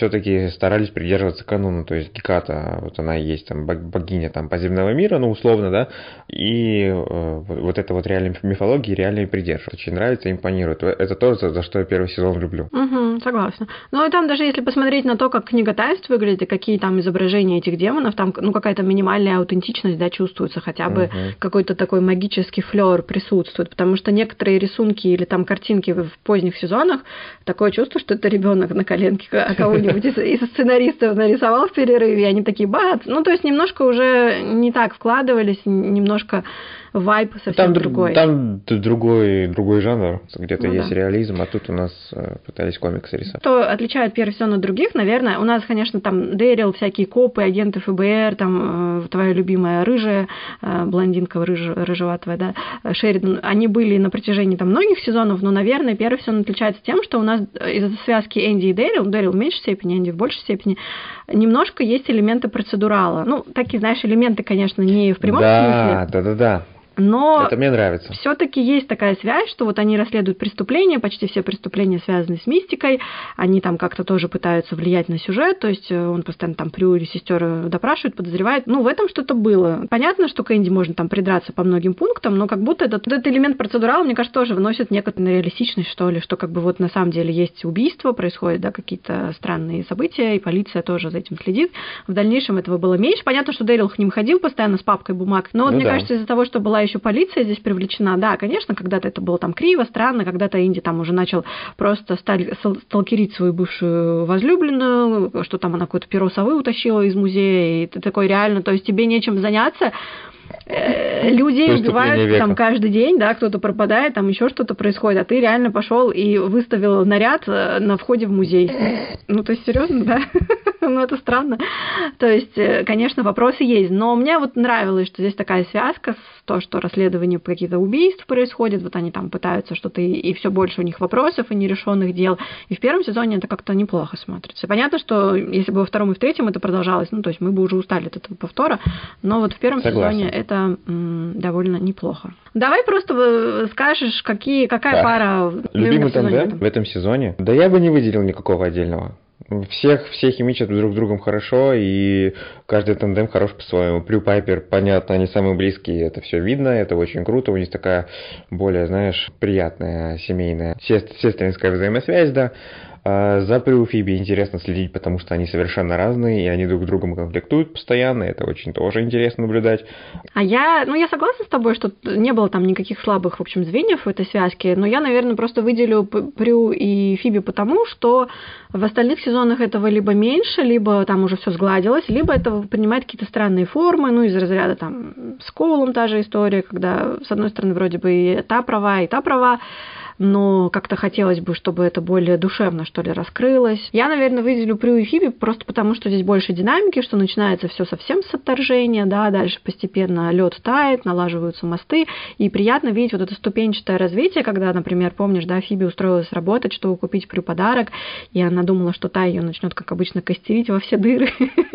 все-таки старались придерживаться канона, то есть Геката, вот она есть там богиня там подземного мира, ну условно, да, и э, вот это вот реальная мифология реально и придерживается. Очень нравится, импонирует. Это тоже за, за что я первый сезон люблю. Угу, согласна. Ну и там даже если посмотреть на то, как книга таинств выглядит, и какие там изображения этих демонов, там ну какая-то минимальная аутентичность, да, чувствуется, хотя бы угу. какой-то такой магический флёр присутствует, потому что некоторые рисунки или там картинки в поздних сезонах, такое чувство, что это ребенок на коленке кого-нибудь из сценаристов нарисовал в перерыве, и они такие бац. Ну, то есть немножко уже не так вкладывались, немножко вайб совсем там, другой. Там другой, другой жанр, где-то ну, есть да. реализм, а тут у нас пытались комиксы рисовать. Что отличает первый сезон от других, наверное, у нас, конечно, там Дэрил, всякие копы, агенты эф бэ эр, там твоя любимая рыжая, блондинка рыж, рыжеватая, да, Шеридан, они были на протяжении там многих сезонов, но, наверное, первый сезон отличается тем, что у нас из-за связки Энди и Дэрил, Дэрил в меньшей степени, Энди в большей степени, немножко есть элементы процедурала. Ну, такие, знаешь, элементы, конечно, не в прямом да, смысле. Да, да, да. Но это мне нравится. Все-таки есть такая связь, что вот они расследуют преступления, почти все преступления связаны с мистикой, они там как-то тоже пытаются влиять на сюжет, то есть он постоянно там Прю или сестер допрашивает, подозревает. Ну, в этом что-то было. Понятно, что к Энди можно там придраться по многим пунктам, но как будто этот, этот элемент процедурала, мне кажется, тоже вносит некоторую реалистичность, что ли, что как бы вот на самом деле есть убийство, происходят, да, какие-то странные события, и полиция тоже за этим следит. В дальнейшем этого было меньше. Понятно, что Дэрил к ним ходил постоянно с папкой бумаг, но вот, ну, мне да. кажется, из-за того, что была еще полиция здесь привлечена. Да, конечно, когда-то это было там криво, странно, когда-то Энди там уже начал просто сталкерить свою бывшую возлюбленную, что там она какое-то перо совы утащила из музея, и ты такой реально, то есть тебе нечем заняться. Людей убивают там каждый день, да, кто-то пропадает, там еще что-то происходит, а ты реально пошел и выставил наряд на входе в музей. Ну, то есть, серьезно, да? Ну, это странно. То есть, конечно, вопросы есть, но мне вот нравилось, что здесь такая связка с то, что расследование каких-то убийств происходит, вот они там пытаются что-то, и, и все больше у них вопросов и нерешенных дел. И в первом сезоне это как-то неплохо смотрится. Понятно, что если бы во втором и в третьем это продолжалось, ну, то есть мы бы уже устали от этого повтора, но вот в первом Согласен. сезоне это м, довольно неплохо. Давай просто скажешь, какие, какая да. пара... Любимый тандем в этом сезоне? Да я бы не выделил никакого отдельного. Всех, все химичат друг с другом хорошо, и каждый тандем хорош по-своему. Прю, Пайпер, понятно, они самые близкие, это все видно, это очень круто. У них такая более, знаешь, приятная семейная, сестринская взаимосвязь, да. За Прю и Фиби интересно следить, потому что они совершенно разные, и они друг с другом конфликтуют постоянно, это очень тоже интересно наблюдать. А я, ну, я согласна с тобой, что не было там никаких слабых, в общем, звеньев в этой связке, но я, наверное, просто выделю Прю и Фиби потому, что в остальных сезонах этого либо меньше, либо там уже все сгладилось, либо это принимает какие-то странные формы, ну, из разряда там с Коулом та же история, когда, с одной стороны, вроде бы и та права, и та права, но как-то хотелось бы, чтобы это более душевно, что ли, раскрылось. Я, наверное, выделю Прю и Фиби просто потому, что здесь больше динамики, что начинается все совсем с отторжения, да, дальше постепенно лед тает, налаживаются мосты, и приятно видеть вот это ступенчатое развитие, когда, например, помнишь, да, Фиби устроилась работать, чтобы купить Прю подарок, и она думала, что та ее начнет, как обычно, костерить во все дыры,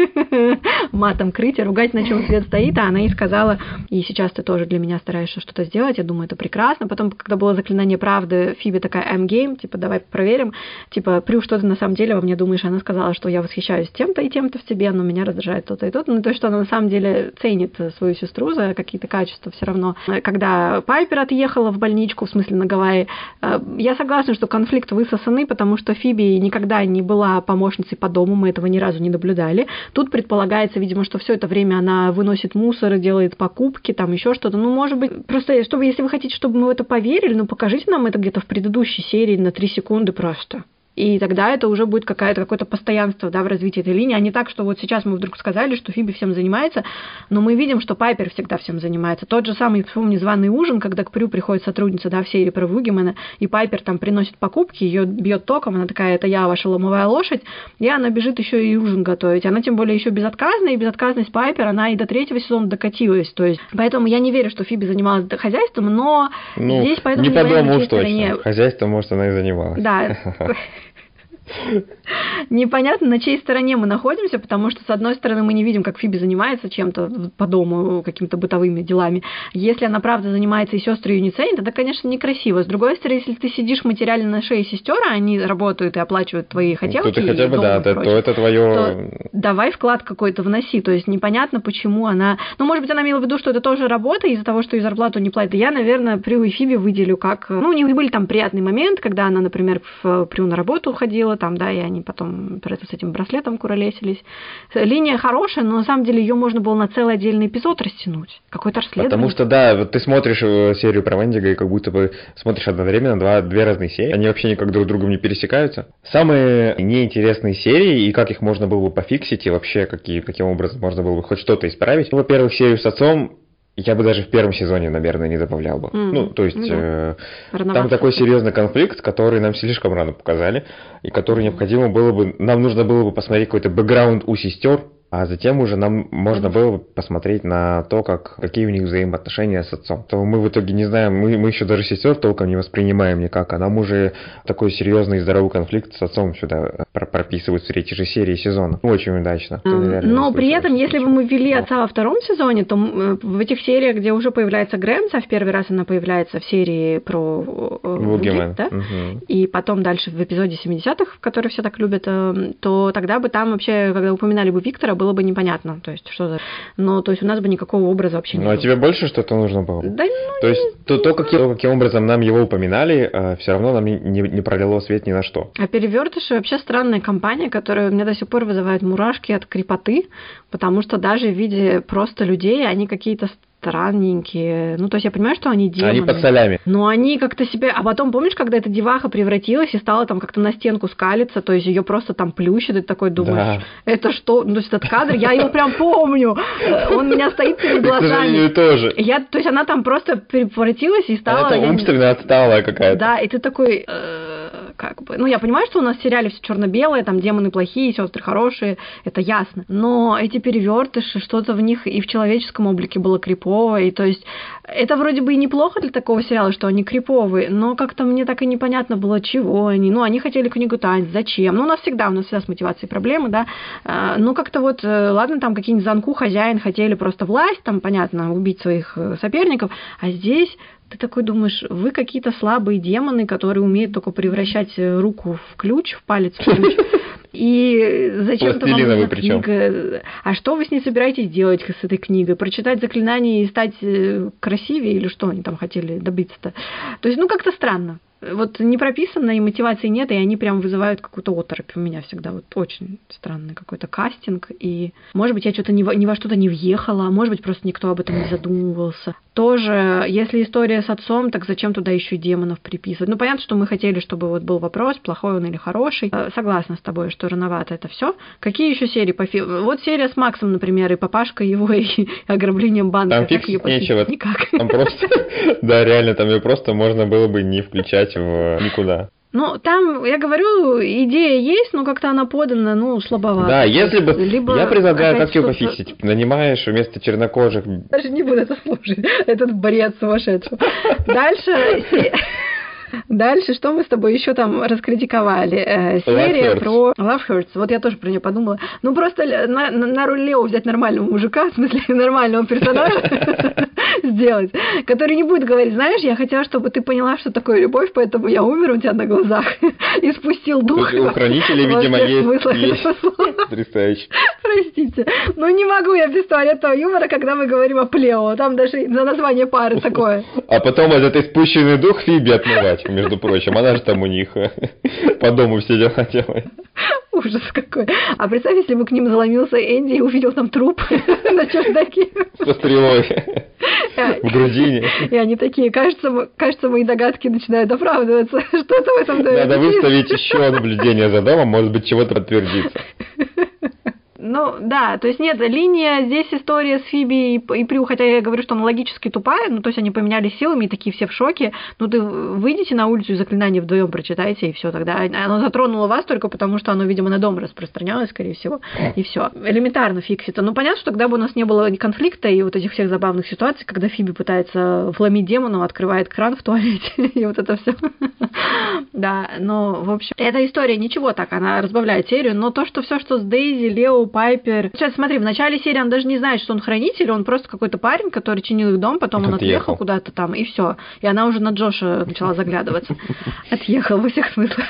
матом крыть, и ругать, на чем свет стоит, а она ей сказала, и сейчас ты тоже для меня стараешься что-то сделать, я думаю, это прекрасно. Потом, когда было заклинание правды, Фиби такая, I'm game, типа, давай проверим, типа, Прю, что ты на самом деле во мне думаешь? Она сказала, что я восхищаюсь тем-то и тем-то в тебе, но меня раздражает то-то и то-то. Ну, то, что она на самом деле ценит свою сестру за какие-то качества все равно. Когда Пайпер отъехала в больничку, в смысле на Гавайи, я согласна, что конфликт высосанный, потому что Фиби никогда не была помощницей по дому, мы этого ни разу не наблюдали. Тут предполагается, видимо, что все это время она выносит мусор, делает покупки, там еще что-то. Ну, может быть, просто, чтобы, если вы хотите, чтобы мы в это поверили, ну, покажите нам это где-то в предыдущей серии на три секунды просто. И тогда это уже будет какое-то, какое-то постоянство, да, в развитии этой линии, а не так, что вот сейчас мы вдруг сказали, что Фиби всем занимается, но мы видим, что Пайпер всегда всем занимается. Тот же самый, вспомни, званый ужин, когда к Прю приходит сотрудница, да, в серии про Вугемена, и Пайпер там приносит покупки, ее бьет током, она такая, это я, ваша ломовая лошадь, и она бежит еще и ужин готовить. Она тем более еще безотказная, и безотказность Пайпер, она и до третьего сезона докатилась. То есть, поэтому я не верю, что Фиби занималась хозяйством, но ну, здесь поэтому не по дому уж точно. Хозяйством, может, она и занималась. Да. Непонятно, на чьей стороне мы находимся, потому что, с одной стороны, мы не видим, как Фиби занимается чем-то по дому, какими-то бытовыми делами. Если она, правда, занимается и сестры ее не ценит, тогда, конечно, некрасиво. С другой стороны, если ты сидишь материально на шее сестер, а они работают и оплачивают твои хотелки, то ты хотя бы, да, то, прочее, то это твое... То давай вклад какой-то вноси. То есть непонятно, почему она... Ну, может быть, она имела в виду, что это тоже работа из-за того, что ей зарплату не платят. Я, наверное, Прю и Фиби выделю как... Ну, у них были там приятный момент, когда она, например, в Прю на работу уходила, там, да, и они потом с этим браслетом куролесились. Линия хорошая, но на самом деле ее можно было на целый отдельный эпизод растянуть. Какой-то расследование. Потому что, да, вот ты смотришь серию про Вендиго и как будто бы смотришь одновременно два, две разные серии. Они вообще никак друг с другом не пересекаются. Самые неинтересные серии, и как их можно было бы пофиксить, и вообще какие, каким образом можно было бы хоть что-то исправить. Ну, во-первых, серию с отцом я бы даже в первом сезоне, наверное, не добавлял бы. Mm-hmm. Ну, то есть, mm-hmm. э, там такой серьезный конфликт, который нам слишком рано показали, и который необходимо было бы... Нам нужно было бы посмотреть какой-то бэкграунд у сестер, а затем уже нам можно mm-hmm. было бы посмотреть на то, как, какие у них взаимоотношения с отцом. То мы в итоге не знаем, мы, мы еще даже сестер толком не воспринимаем никак, а нам уже такой серьезный и здоровый конфликт с отцом сюда прописывают в третьей же серии сезона. Очень удачно. Mm-hmm. Но при этом, если бы мы ввели отца во втором сезоне, то в этих сериях, где уже появляется Грэмс, а в первый раз она появляется в серии про Вуги, да? Mm-hmm. И потом дальше в эпизоде семидесятых, который все так любят, то тогда бы там вообще, когда упоминали бы Виктора, было бы непонятно, то есть что за... Но, то есть у нас бы никакого образа вообще не ну, было. Ну, а тебе больше что-то нужно было? Да, ну, то есть то, то, каким, то, каким образом нам его упоминали, э, все равно нам не, не пролило свет ни на что. А «Перевертыши» вообще странная компания, которая у меня до сих пор вызывает мурашки от крепоты, потому что даже в виде просто людей они какие-то странненькие. Ну, то есть я понимаю, что они демоны. Они под солями. Но они как-то себя... А потом, помнишь, когда эта деваха превратилась и стала там как-то на стенку скалиться, то есть ее просто там плющит, и ты такой думаешь, да. Это что? Ну, то есть этот кадр, я его прям помню. Он у меня стоит перед глазами. К сожалению, тоже. Я, то есть она там просто превратилась и стала... Это умственно отсталая какая-то. Да, и ты такой... как бы... Ну, я понимаю, что у нас в сериале все черно-белое, там демоны плохие, сестры хорошие, это ясно. Но эти перевертыши, что-то в них и в человеческом облике было крипово. И то есть это вроде бы и неплохо для такого сериала, что они криповые, но как-то мне так и непонятно было, чего они. Ну, они хотели книгу «Танец», зачем? Ну, у нас всегда, у нас всегда с мотивацией проблемы, да. Ну, как-то вот, ладно, там какие-нибудь Занку, Хозяин хотели просто власть, там, понятно, убить своих соперников, а здесь... Ты такой думаешь, вы какие-то слабые демоны, которые умеют только превращать руку в ключ, в палец в ключ. И зачем-то вам нужна книга. А что вы с ней собираетесь делать с этой книгой? Прочитать заклинания и стать красивее? Или что они там хотели добиться-то? То есть, ну, как-то странно. Вот не прописано, и мотивации нет, и они прям вызывают какую-то оторопь у меня всегда. Вот очень странный какой-то кастинг. И, может быть, я что-то ни во, ни во что-то не въехала, а может быть, просто никто об этом не задумывался. Тоже, если история с отцом, так зачем туда еще и демонов приписывать? Ну, понятно, что мы хотели, чтобы вот был вопрос, плохой он или хороший. Согласна с тобой, что рановато это все. Какие еще серии по фильму? Вот серия с Максом, например, и папашкой его, и ограблением банка. Там фиксить нечего. Никак. Там просто, да, реально, там ее просто можно было бы не включать в никуда. Ну, там, я говорю, идея есть, но как-то она подана, ну, слабовато. Да, если бы... Либо я предлагаю, как ее пофиксить. Нанимаешь вместо чернокожих... Даже не буду это слушать, этот бред сумасшедший. Дальше... Дальше, что мы с тобой еще там раскритиковали? Э, серия про Love Hurts. Вот я тоже про нее подумала. Ну, просто на, на, на роль Лео взять нормального мужика, в смысле, нормального персонажа сделать, который не будет говорить, знаешь, я хотела, чтобы ты поняла, что такое любовь, поэтому я умер у тебя на глазах и спустил дух. У хранителей, видимо, есть. Потрясающе. Простите. Ну, не могу я без туалетного юмора, когда мы говорим о Плео. Там даже за название пары такое. А потом этот испущенный дух Фиби отмывать. Между прочим, она же там у них по дому все дела делает. Ужас какой. А представь, если бы к ним заломился Энди и увидел там труп на чердаке. Со стрелой в грудине. И они такие, кажется, кажется, мои догадки начинают оправдываться. Что-то в этом доме. Надо выставить еще наблюдение за домом, может быть, чего-то подтвердится. Ну, да, то есть нет, линия, здесь история с Фиби и, и Прю, хотя я говорю, что она логически тупая, ну, то есть они поменялись силами, и такие все в шоке, ну, ты выйдите на улицу и заклинание вдвоем прочитайте, и все тогда. Оно затронуло вас только потому, что оно, видимо, на дом распространялось, скорее всего, и все. Элементарно фиксится. Ну, понятно, что тогда бы у нас не было конфликта и вот этих всех забавных ситуаций, когда Фиби пытается вломить демона, открывает кран в туалете, и вот это все. Да, но, в общем, эта история ничего так, она разбавляет серию, но то, что все, что с Дейзи, Лео, Пайпер... Сейчас, смотри, в начале серии он даже не знает, что он хранитель, он просто какой-то парень, который чинил их дом, потом он отъехал куда-то там, и все. И она уже на Джоша начала заглядываться. Отъехал во всех смыслах.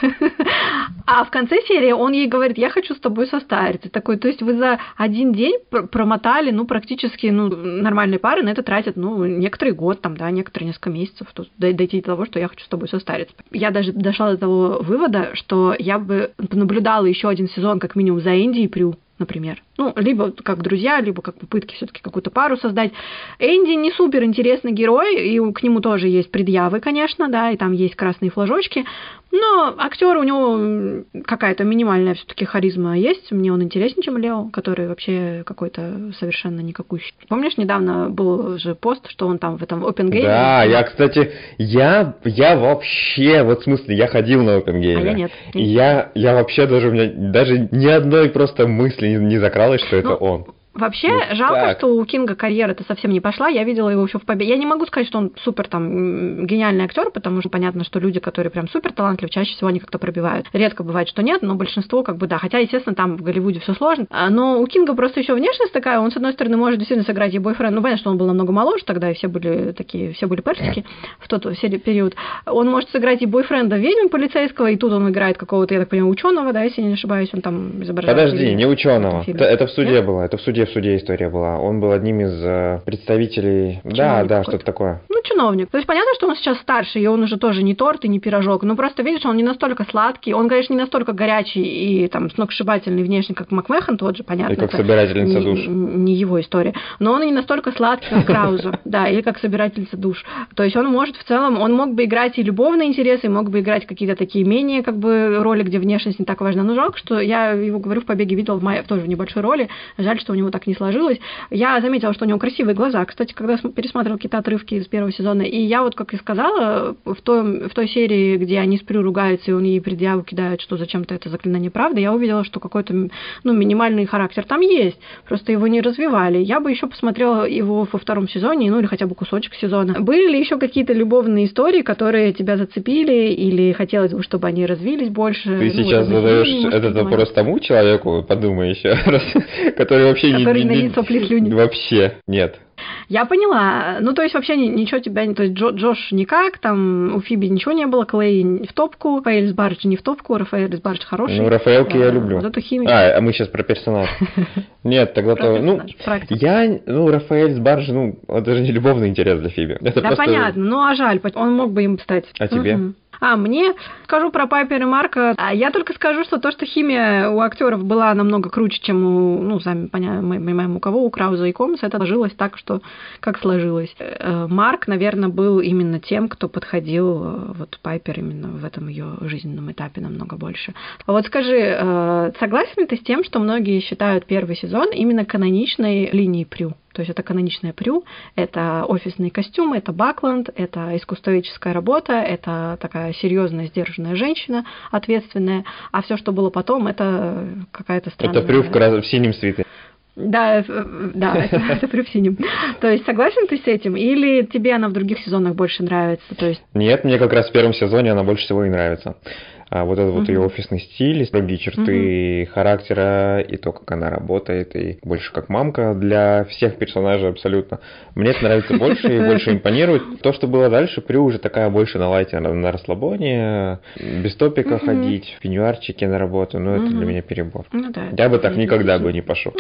А в конце серии он ей говорит, я хочу с тобой состариться. Такой, то есть вы за один день промотали, ну, практически, ну, нормальные пары на это тратят, ну, некоторый год, там, да, некоторые несколько месяцев, то дойти до того, что я хочу с тобой состариться. Я даже дошла до того вывода, что я бы наблюдала еще один сезон, как минимум, за Энди и Прю, например. Ну, либо как друзья, либо как попытки все-таки какую-то пару создать. Энди не супер интересный герой, и к нему тоже есть предъявы, конечно, да, и там есть красные флажочки, но актер у него какая-то минимальная все-таки харизма есть. Мне он интереснее, чем Лео, который вообще какой-то совершенно никакущий. Помнишь, недавно был же пост, что он там в этом OpenGame? Да, я, кстати, я, я вообще, вот в смысле, я ходил на OpenGame. А я нет. И я, я вообще даже, у меня даже ни одной просто мысли не, не закралось, что это ну, он. Вообще, ну, жалко, так. что у Кинга карьера-то совсем не пошла. Я видела его еще в «Побеге». Я не могу сказать, что он супер там гениальный актер, потому что понятно, что люди, которые прям супер талантливы, чаще всего они как-то пробивают. Редко бывает, что нет, но большинство как бы да. Хотя, естественно, там в Голливуде все сложно. Но у Кинга просто еще внешность такая. Он, с одной стороны, может действительно сыграть ей бойфренда. Ну, понятно, что он был намного моложе тогда, и все были такие, все были персики в тот период. Он может сыграть и бойфренда ведьмы полицейского, и тут он играет какого-то, я так понимаю, ученого, да, если я не ошибаюсь, он там изображает. Подожди, не ученого. Это, это в суде нет? было. Это в суде в суде история была. Он был одним из э, представителей... Чиновник да, да, что-то такое. Ну, чиновник. То есть понятно, что он сейчас старше, и он уже тоже не торт и не пирожок, но просто, видишь, он не настолько сладкий, он, конечно, не настолько горячий и там сногсшибательный внешне, как Макмехан тот же, понятно. И как собирательница не, душ. Не его история. Но он и не настолько сладкий, как Крауза. Да, или как собирательница душ. То есть он может в целом, он мог бы играть и любовные интересы, и мог бы играть какие-то такие менее как бы роли, где внешность не так важна. Но жалко, что я его, говорю, в «Побеге» видела в моей, тоже в небольшой роли. Жаль, что у него так не сложилось. Я заметила, что у него красивые глаза. Кстати, когда пересматривала какие-то отрывки из первого сезона, и я вот, как и сказала, в той, в той серии, где они с Прю ругаются, и он ей предъяву кидает, что зачем-то это заклинание правды, я увидела, что какой-то, ну, минимальный характер там есть. Просто его не развивали. Я бы еще посмотрела его во втором сезоне, ну, или хотя бы кусочек сезона. Были ли еще какие-то любовные истории, которые тебя зацепили, или хотелось бы, чтобы они развились больше? Ты ну, сейчас вот, задаешь этот вопрос тому человеку, подумай еще раз, который вообще который не... на лицо слюни. Вообще нет. Я поняла. Ну, то есть, вообще ничего тебя не... То есть, Джо, Джош никак, там у Фиби ничего не было, Клей в топку, Рафаэль из Барджи не в топку, Рафаэль из Барджи хороший. Ну, Рафаэлки я люблю. Вот эту химию. А, а мы сейчас про персонаж. Нет, тогда то... Ну, я... Ну, Рафаэль из Барджи, ну, это же не любовный интерес для Фиби. Да, понятно. Ну, а жаль, он мог бы им стать. А тебе? А, мне скажу про Пайпер и Марка. А я только скажу, что то, что химия у актеров была намного круче, чем у, ну, сами понимаем, у кого, у Крауза и Комса, это сложилось так, что как сложилось. Марк, наверное, был именно тем, кто подходил вот Пайпер именно в этом ее жизненном этапе намного больше. А вот скажи, согласен ли ты с тем, что многие считают первый сезон именно каноничной линией Прю? То есть это каноничная Прю, это офисные костюмы, это бакланд, это искусствоведческая работа, это такая серьезная, сдержанная женщина, ответственная, а все, что было потом, это какая-то странная... Это Прю в, крас... в синем свитере. Да, да, это, это Прю в синем. То есть согласен ты с этим? Или тебе она в других сезонах больше нравится? То есть... Нет, мне как раз в первом сезоне она больше всего и нравится. А вот этот uh-huh. вот ее офисный стиль, другие черты uh-huh. характера, и то, как она работает, и больше как мамка для всех персонажей абсолютно. Мне это нравится больше и больше импонирует. То, что было дальше, Прю уже такая больше на лайте, на расслабоне, без топика uh-huh. ходить, в пеньюарчике на работу, но uh-huh. это для меня перебор. Ну, да, я бы так никогда бы не пошел.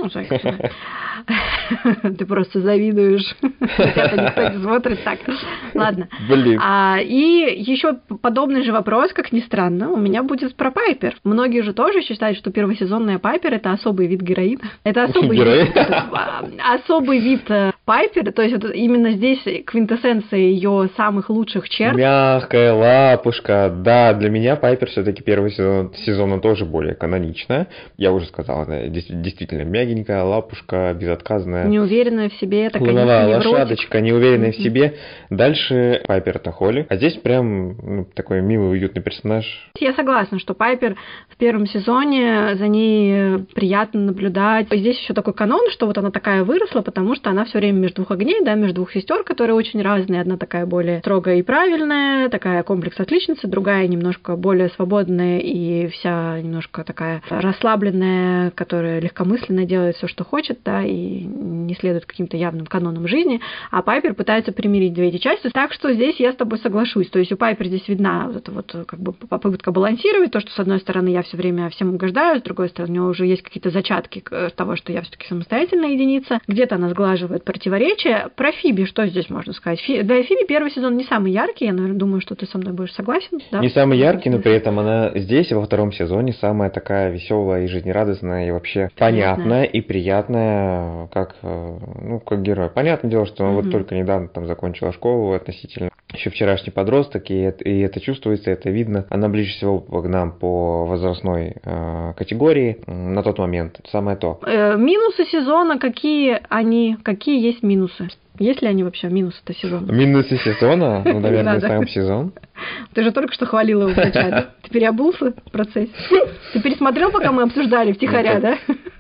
Ты просто завидуешь. Это никто не смотрит так. Ладно. Блин. И еще подобный же вопрос, как ни странно, у меня будет про Пайпер. Многие же тоже считают, что первосезонная Пайпер — это особый вид героина. Это особый вид, особый вид Пайпер, то есть вот именно здесь квинтэссенция ее самых лучших черт. Мягкая лапушка. Да, для меня Пайпер все-таки первый сезон сезона тоже более каноничная. Я уже сказал, она действительно мягенькая лапушка, безотказная. Неуверенная в себе, такая невротик. Лошадочка, неуверенная mm-hmm. в себе. Дальше Пайпер — это Холли. А здесь прям ну, такой милый, уютный персонаж. Я согласна, что Пайпер в первом сезоне, за ней приятно наблюдать. Здесь еще такой канон, что вот она такая выросла, потому что она все время время между двух огней, да, между двух сестер, которые очень разные. Одна такая более строгая и правильная, такая комплекс отличницы, другая немножко более свободная и вся немножко такая расслабленная, которая легкомысленно делает все, что хочет, да, и не следует каким-то явным канонам жизни. А Пайпер пытается примирить две эти части. Так что здесь я с тобой соглашусь. То есть у Пайпер здесь видна вот эта вот как бы попытка балансировать, то, что с одной стороны я все время всем угождаю, с другой стороны у нее уже есть какие-то зачатки того, что я все-таки самостоятельная единица. Где-то она сглаживает противоречия. Про Фиби что здесь можно сказать? Фи... Для Фиби первый сезон не самый яркий. Я, наверное, думаю, что ты со мной будешь согласен. Да? Не самый яркий, но при этом она здесь, во втором сезоне, самая такая веселая и жизнерадостная, и вообще понятная и приятная, как, ну, как герой. Понятное дело, что она mm-hmm. вот только недавно там закончила школу относительно. Еще вчерашний подросток, и это, и это чувствуется, это видно. Она ближе всего к нам по возрастной э, категории на тот момент. Самое то. Э, минусы сезона, какие они, какие есть минусы? Есть ли они вообще минусы-то сезона? Минусы сезона? Ну, наверное, сам сезон. Ты же только что хвалила его вначале. Ты переобулся в процессе? Ты пересмотрел, пока мы обсуждали втихаря, да?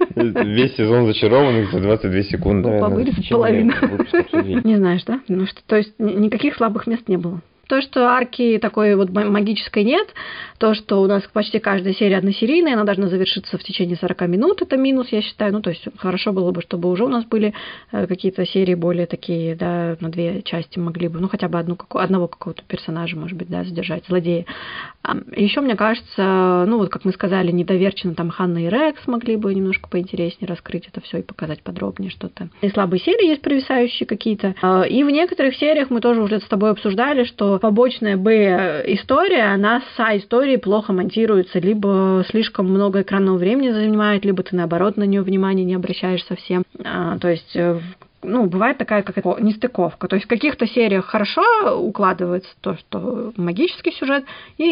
Весь сезон «Зачарованных» за двадцать две секунды, наверное. Повырезать половину. Не знаешь, да? Ну, что, то есть никаких слабых мест не было. То, что арки такой вот магической нет, то, что у нас почти каждая серия односерийная, она должна завершиться в течение сорок минут, это минус, я считаю. Ну, то есть хорошо было бы, чтобы уже у нас были какие-то серии более такие, да, на две части могли бы, ну, хотя бы одну, одного какого-то персонажа, может быть, да, задержать, злодея. Еще, мне кажется, ну, вот как мы сказали, недоверченно там Ханна и Рекс могли бы немножко поинтереснее раскрыть это все и показать подробнее что-то. И слабые серии есть провисающие какие-то. И в некоторых сериях мы тоже уже с тобой обсуждали, что побочная Б-история, она с А-историей плохо монтируется, либо слишком много экранного времени занимает, либо ты, наоборот, на нее внимания не обращаешь совсем. А, то есть... Ну, бывает такая как это, нестыковка. То есть в каких-то сериях хорошо укладывается то, что магический сюжет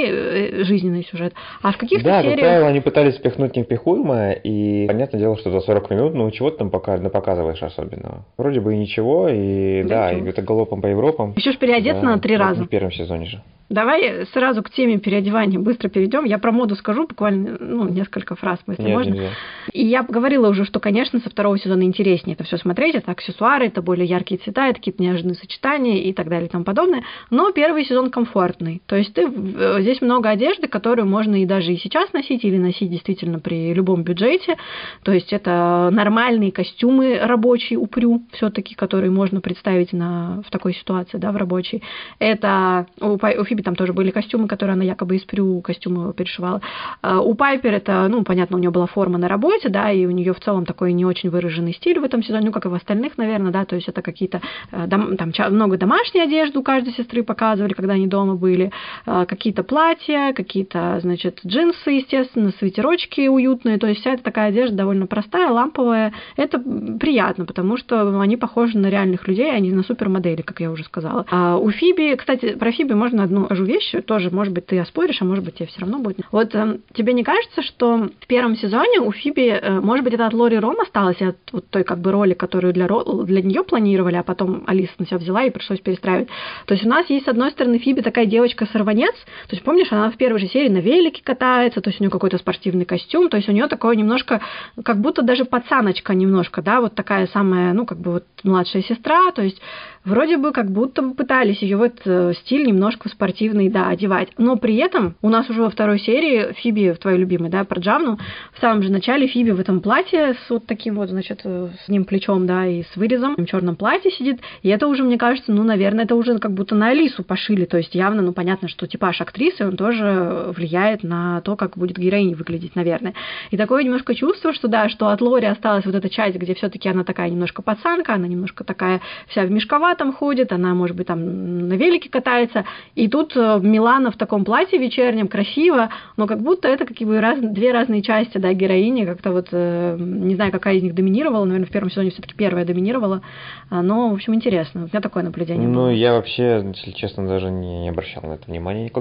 и жизненный сюжет, а в каких-то да, сериях... Да, как правило, они пытались впихнуть невпихуемое, и понятное дело, что за сорок минут, ну, чего ты там пока показываешь особенного? Вроде бы и ничего, и да, да и это галопом по Европам. Еще ж переодеться да, на три раза. В первом сезоне же. Давай сразу к теме переодевания быстро перейдем. Я про моду скажу буквально ну, несколько фраз, если Нет, можно. Нельзя. И я говорила уже, что, конечно, со второго сезона интереснее это все смотреть. Это аксессуары, это более яркие цвета, это какие-то неожиданные сочетания и так далее и тому подобное. Но первый сезон комфортный. То есть ты, здесь много одежды, которую можно и даже и сейчас носить, или носить действительно при любом бюджете. То есть это нормальные костюмы рабочие, упрю все-таки, которые можно представить на, в такой ситуации, да, в рабочей. Это у, у Фиби там тоже были костюмы, которые она якобы из прю костюмы перешивала. У Пайпер это, ну, понятно, у нее была форма на работе, да, и у нее в целом такой не очень выраженный стиль в этом сезоне, ну, как и в остальных, наверное, да, то есть это какие-то, там много домашней одежды у каждой сестры показывали, когда они дома были, какие-то платья, какие-то, значит, джинсы, естественно, свитерочки уютные, то есть вся эта такая одежда довольно простая, ламповая, это приятно, потому что они похожи на реальных людей, а не на супермодели, как я уже сказала. А у Фиби, кстати, про Фиби можно одну вещь, тоже, может быть, ты оспоришь, а может быть, тебе все равно будет. Вот э, тебе не кажется, что в первом сезоне у Фиби, э, может быть, это от Лори Ром осталось, от вот той как бы роли, которую для, для нее планировали, а потом Алиса на себя взяла и пришлось перестраивать. То есть у нас есть, с одной стороны, Фиби такая девочка-сорванец, то есть, помнишь, она в первой же серии на велике катается, то есть у нее какой-то спортивный костюм, то есть у нее такое немножко, как будто даже пацаночка немножко, да, вот такая самая, ну, как бы вот младшая сестра, то есть вроде бы как будто бы пытались ее в этот стиль немножко спортивный, да, одевать. Но при этом у нас уже во второй серии Фиби, в твоей любимой, да, про Джавну, в самом же начале Фиби в этом платье с вот таким вот, значит, с ним плечом, да, и с вырезом, в черном платье сидит. И это уже, мне кажется, ну, наверное, это уже как будто на Алису пошили. То есть явно, ну, понятно, что типаж актрисы, он тоже влияет на то, как будет героиня выглядеть, наверное. И такое немножко чувство, что, да, что от Лори осталась вот эта часть, где все-таки она такая немножко пацанка, она немножко такая вся в мешковатом ходит, она, может быть, там на велике катается. И тут Милана в таком платье вечернем, красиво, но как будто это как бы раз, две разные части, да, героини, как-то вот, э, не знаю, какая из них доминировала, наверное, в первом сезоне все-таки первая доминировала, но, в общем, интересно, у меня такое наблюдение ну, было. Ну, я вообще, если честно, даже не, не обращал на это внимания никогда.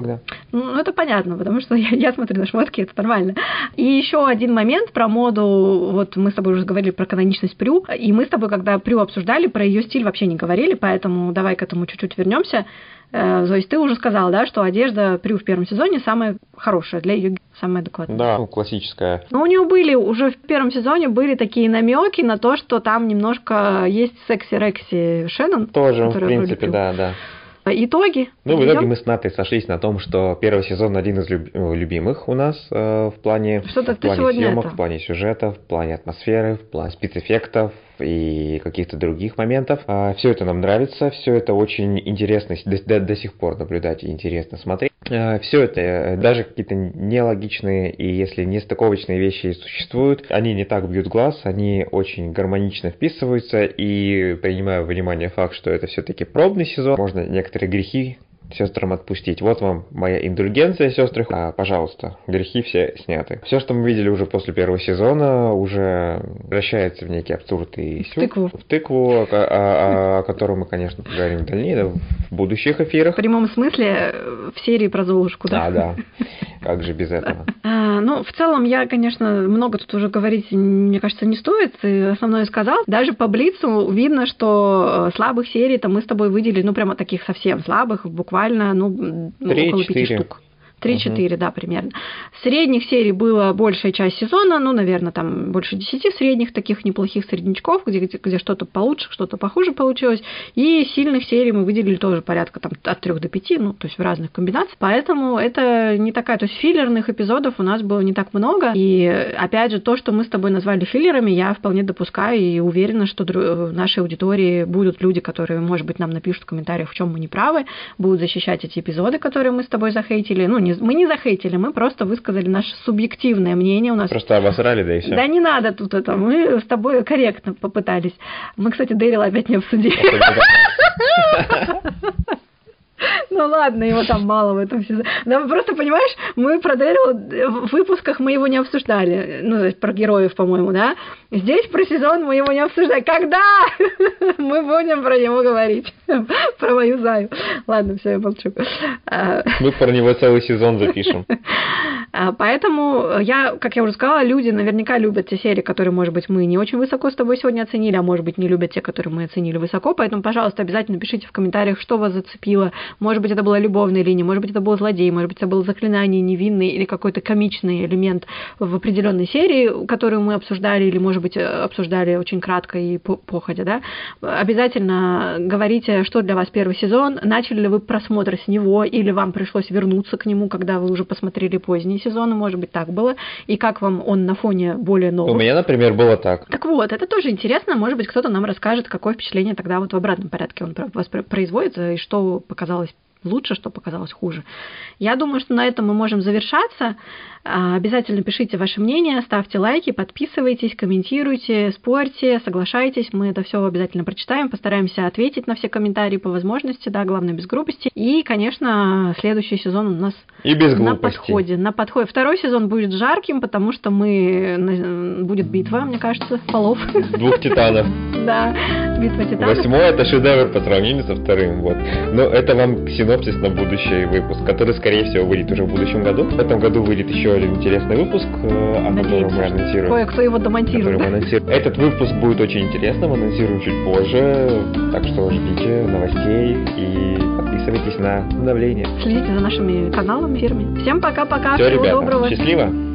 Ну, это понятно, потому что я, я смотрю на шмотки, это нормально. И еще один момент про моду. Вот мы с тобой уже говорили про каноничность Прю, и мы с тобой, когда Прю обсуждали, про ее стиль вообще не говорили, поэтому давай к этому чуть-чуть вернемся. Зоис, ты уже сказала, да, что одежда Прю в первом сезоне самая хорошая, для ее самая адекватная. Да, ну, классическая. Но у нее были, уже в первом сезоне были такие намеки на то, что там немножко есть секси-рекси Шеннон. Тоже, в принципе, да, да. Итоги? Ну, в итоге мы с Натой сошлись на том, что первый сезон один из люб... любимых у нас э, в плане, Что-то в плане съемок, это... в плане сюжета, в плане атмосферы, в плане спецэффектов и каких-то других моментов. А, все это нам нравится, все это очень интересно до, до, до сих пор наблюдать и интересно смотреть. А, все это, даже какие-то нелогичные и если нестыковочные вещи существуют, они не так бьют глаз, они очень гармонично вписываются, и принимая во внимание факт, что это все-таки пробный сезон, можно некоторые грехи сестрам отпустить. Вот вам моя индульгенция, сестры. А, пожалуйста, грехи все сняты. Все, что мы видели уже после первого сезона, уже вращается в некий абсурд и в тыкву, в тыкву, о, о, о котором мы, конечно, поговорим дальнее, да, в будущих эфирах. В прямом смысле в серии про Золушку, да? Да, да. Как же без этого? А, ну, в целом, я, конечно, много тут уже говорить, мне кажется, не стоит. Ты основное сказал. Даже по Блицу видно, что слабых серий-то мы с тобой выделили, ну, прямо таких совсем слабых, буквально, ну, около пяти штук. три-четыре, угу. Да, примерно. Средних серий была большая часть сезона, ну, наверное, там больше десяти средних таких неплохих среднячков, где, где, где что-то получше, что-то похуже получилось. И сильных серий мы выделили тоже порядка там, от трех до пяти, ну, то есть в разных комбинациях. Поэтому это не такая... То есть филлерных эпизодов у нас было не так много. И, опять же, то, что мы с тобой назвали филлерами, я вполне допускаю и уверена, что в нашей аудитории будут люди, которые, может быть, нам напишут в комментариях, в чем мы не правы, будут защищать эти эпизоды, которые мы с тобой захейтили. Ну, не Мы не захейтили, мы просто высказали наше субъективное мнение. У нас... Просто обосрали, да и все. Да не надо тут это, мы с тобой корректно попытались. Мы, кстати, Дэрила опять не обсудили. Ну ладно, его там мало в этом сезоне. Да, просто, понимаешь, мы про Дэрила в выпусках мы его не обсуждали. Ну, про героев, по-моему, да? Здесь про сезон мы его не обсуждаем. Когда мы будем про него говорить? Про мою Заю. Ладно, все, я молчу. Мы про него целый сезон запишем. Поэтому я, как я уже сказала, люди наверняка любят те серии, которые, может быть, мы не очень высоко с тобой сегодня оценили, а может быть, не любят те, которые мы оценили высоко. Поэтому, пожалуйста, обязательно пишите в комментариях, что вас зацепило. Может быть, это была любовная линия, может быть, это был злодей, может быть, это было заклинание невинный или какой-то комичный элемент в определенной серии, которую мы обсуждали, или, может быть, обсуждали очень кратко и походя, да. Обязательно говорите, что для вас первый сезон, начали ли вы просмотр с него, или вам пришлось вернуться к нему, когда вы уже посмотрели поздние сезоны, может быть, так было, и как вам он на фоне более новых. У меня, например, было так. Так вот, это тоже интересно, может быть, кто-то нам расскажет, какое впечатление тогда вот в обратном порядке он воспроизводится, и что показалось лучше, что показалось хуже. Я думаю, что на этом мы можем завершаться. Обязательно пишите ваше мнение, ставьте лайки, подписывайтесь, комментируйте, спорьте, соглашайтесь. Мы это все обязательно прочитаем, постараемся ответить на все комментарии по возможности, да, главное без грубости. И, конечно, следующий сезон у нас и без на подходе. На подходе. Второй сезон будет жарким, потому что мы будет битва, мне кажется, полов. Двух титанов. Да, битва титанов. Восьмой это шедевр по сравнению со вторым. Вот. Но это вам синопсис на будущий выпуск, который, скорее всего, выйдет уже в будущем году. В этом году выйдет еще один интересный выпуск, о котором мы анонсируем. Кое-кто его домонтирует. анонсируем. Этот выпуск будет очень интересным, анонсируем чуть позже, так что ждите новостей и подписывайтесь на обновления. Следите за нашими каналами, фирме. Всем пока-пока, Все, всего ребята, доброго. Счастливо!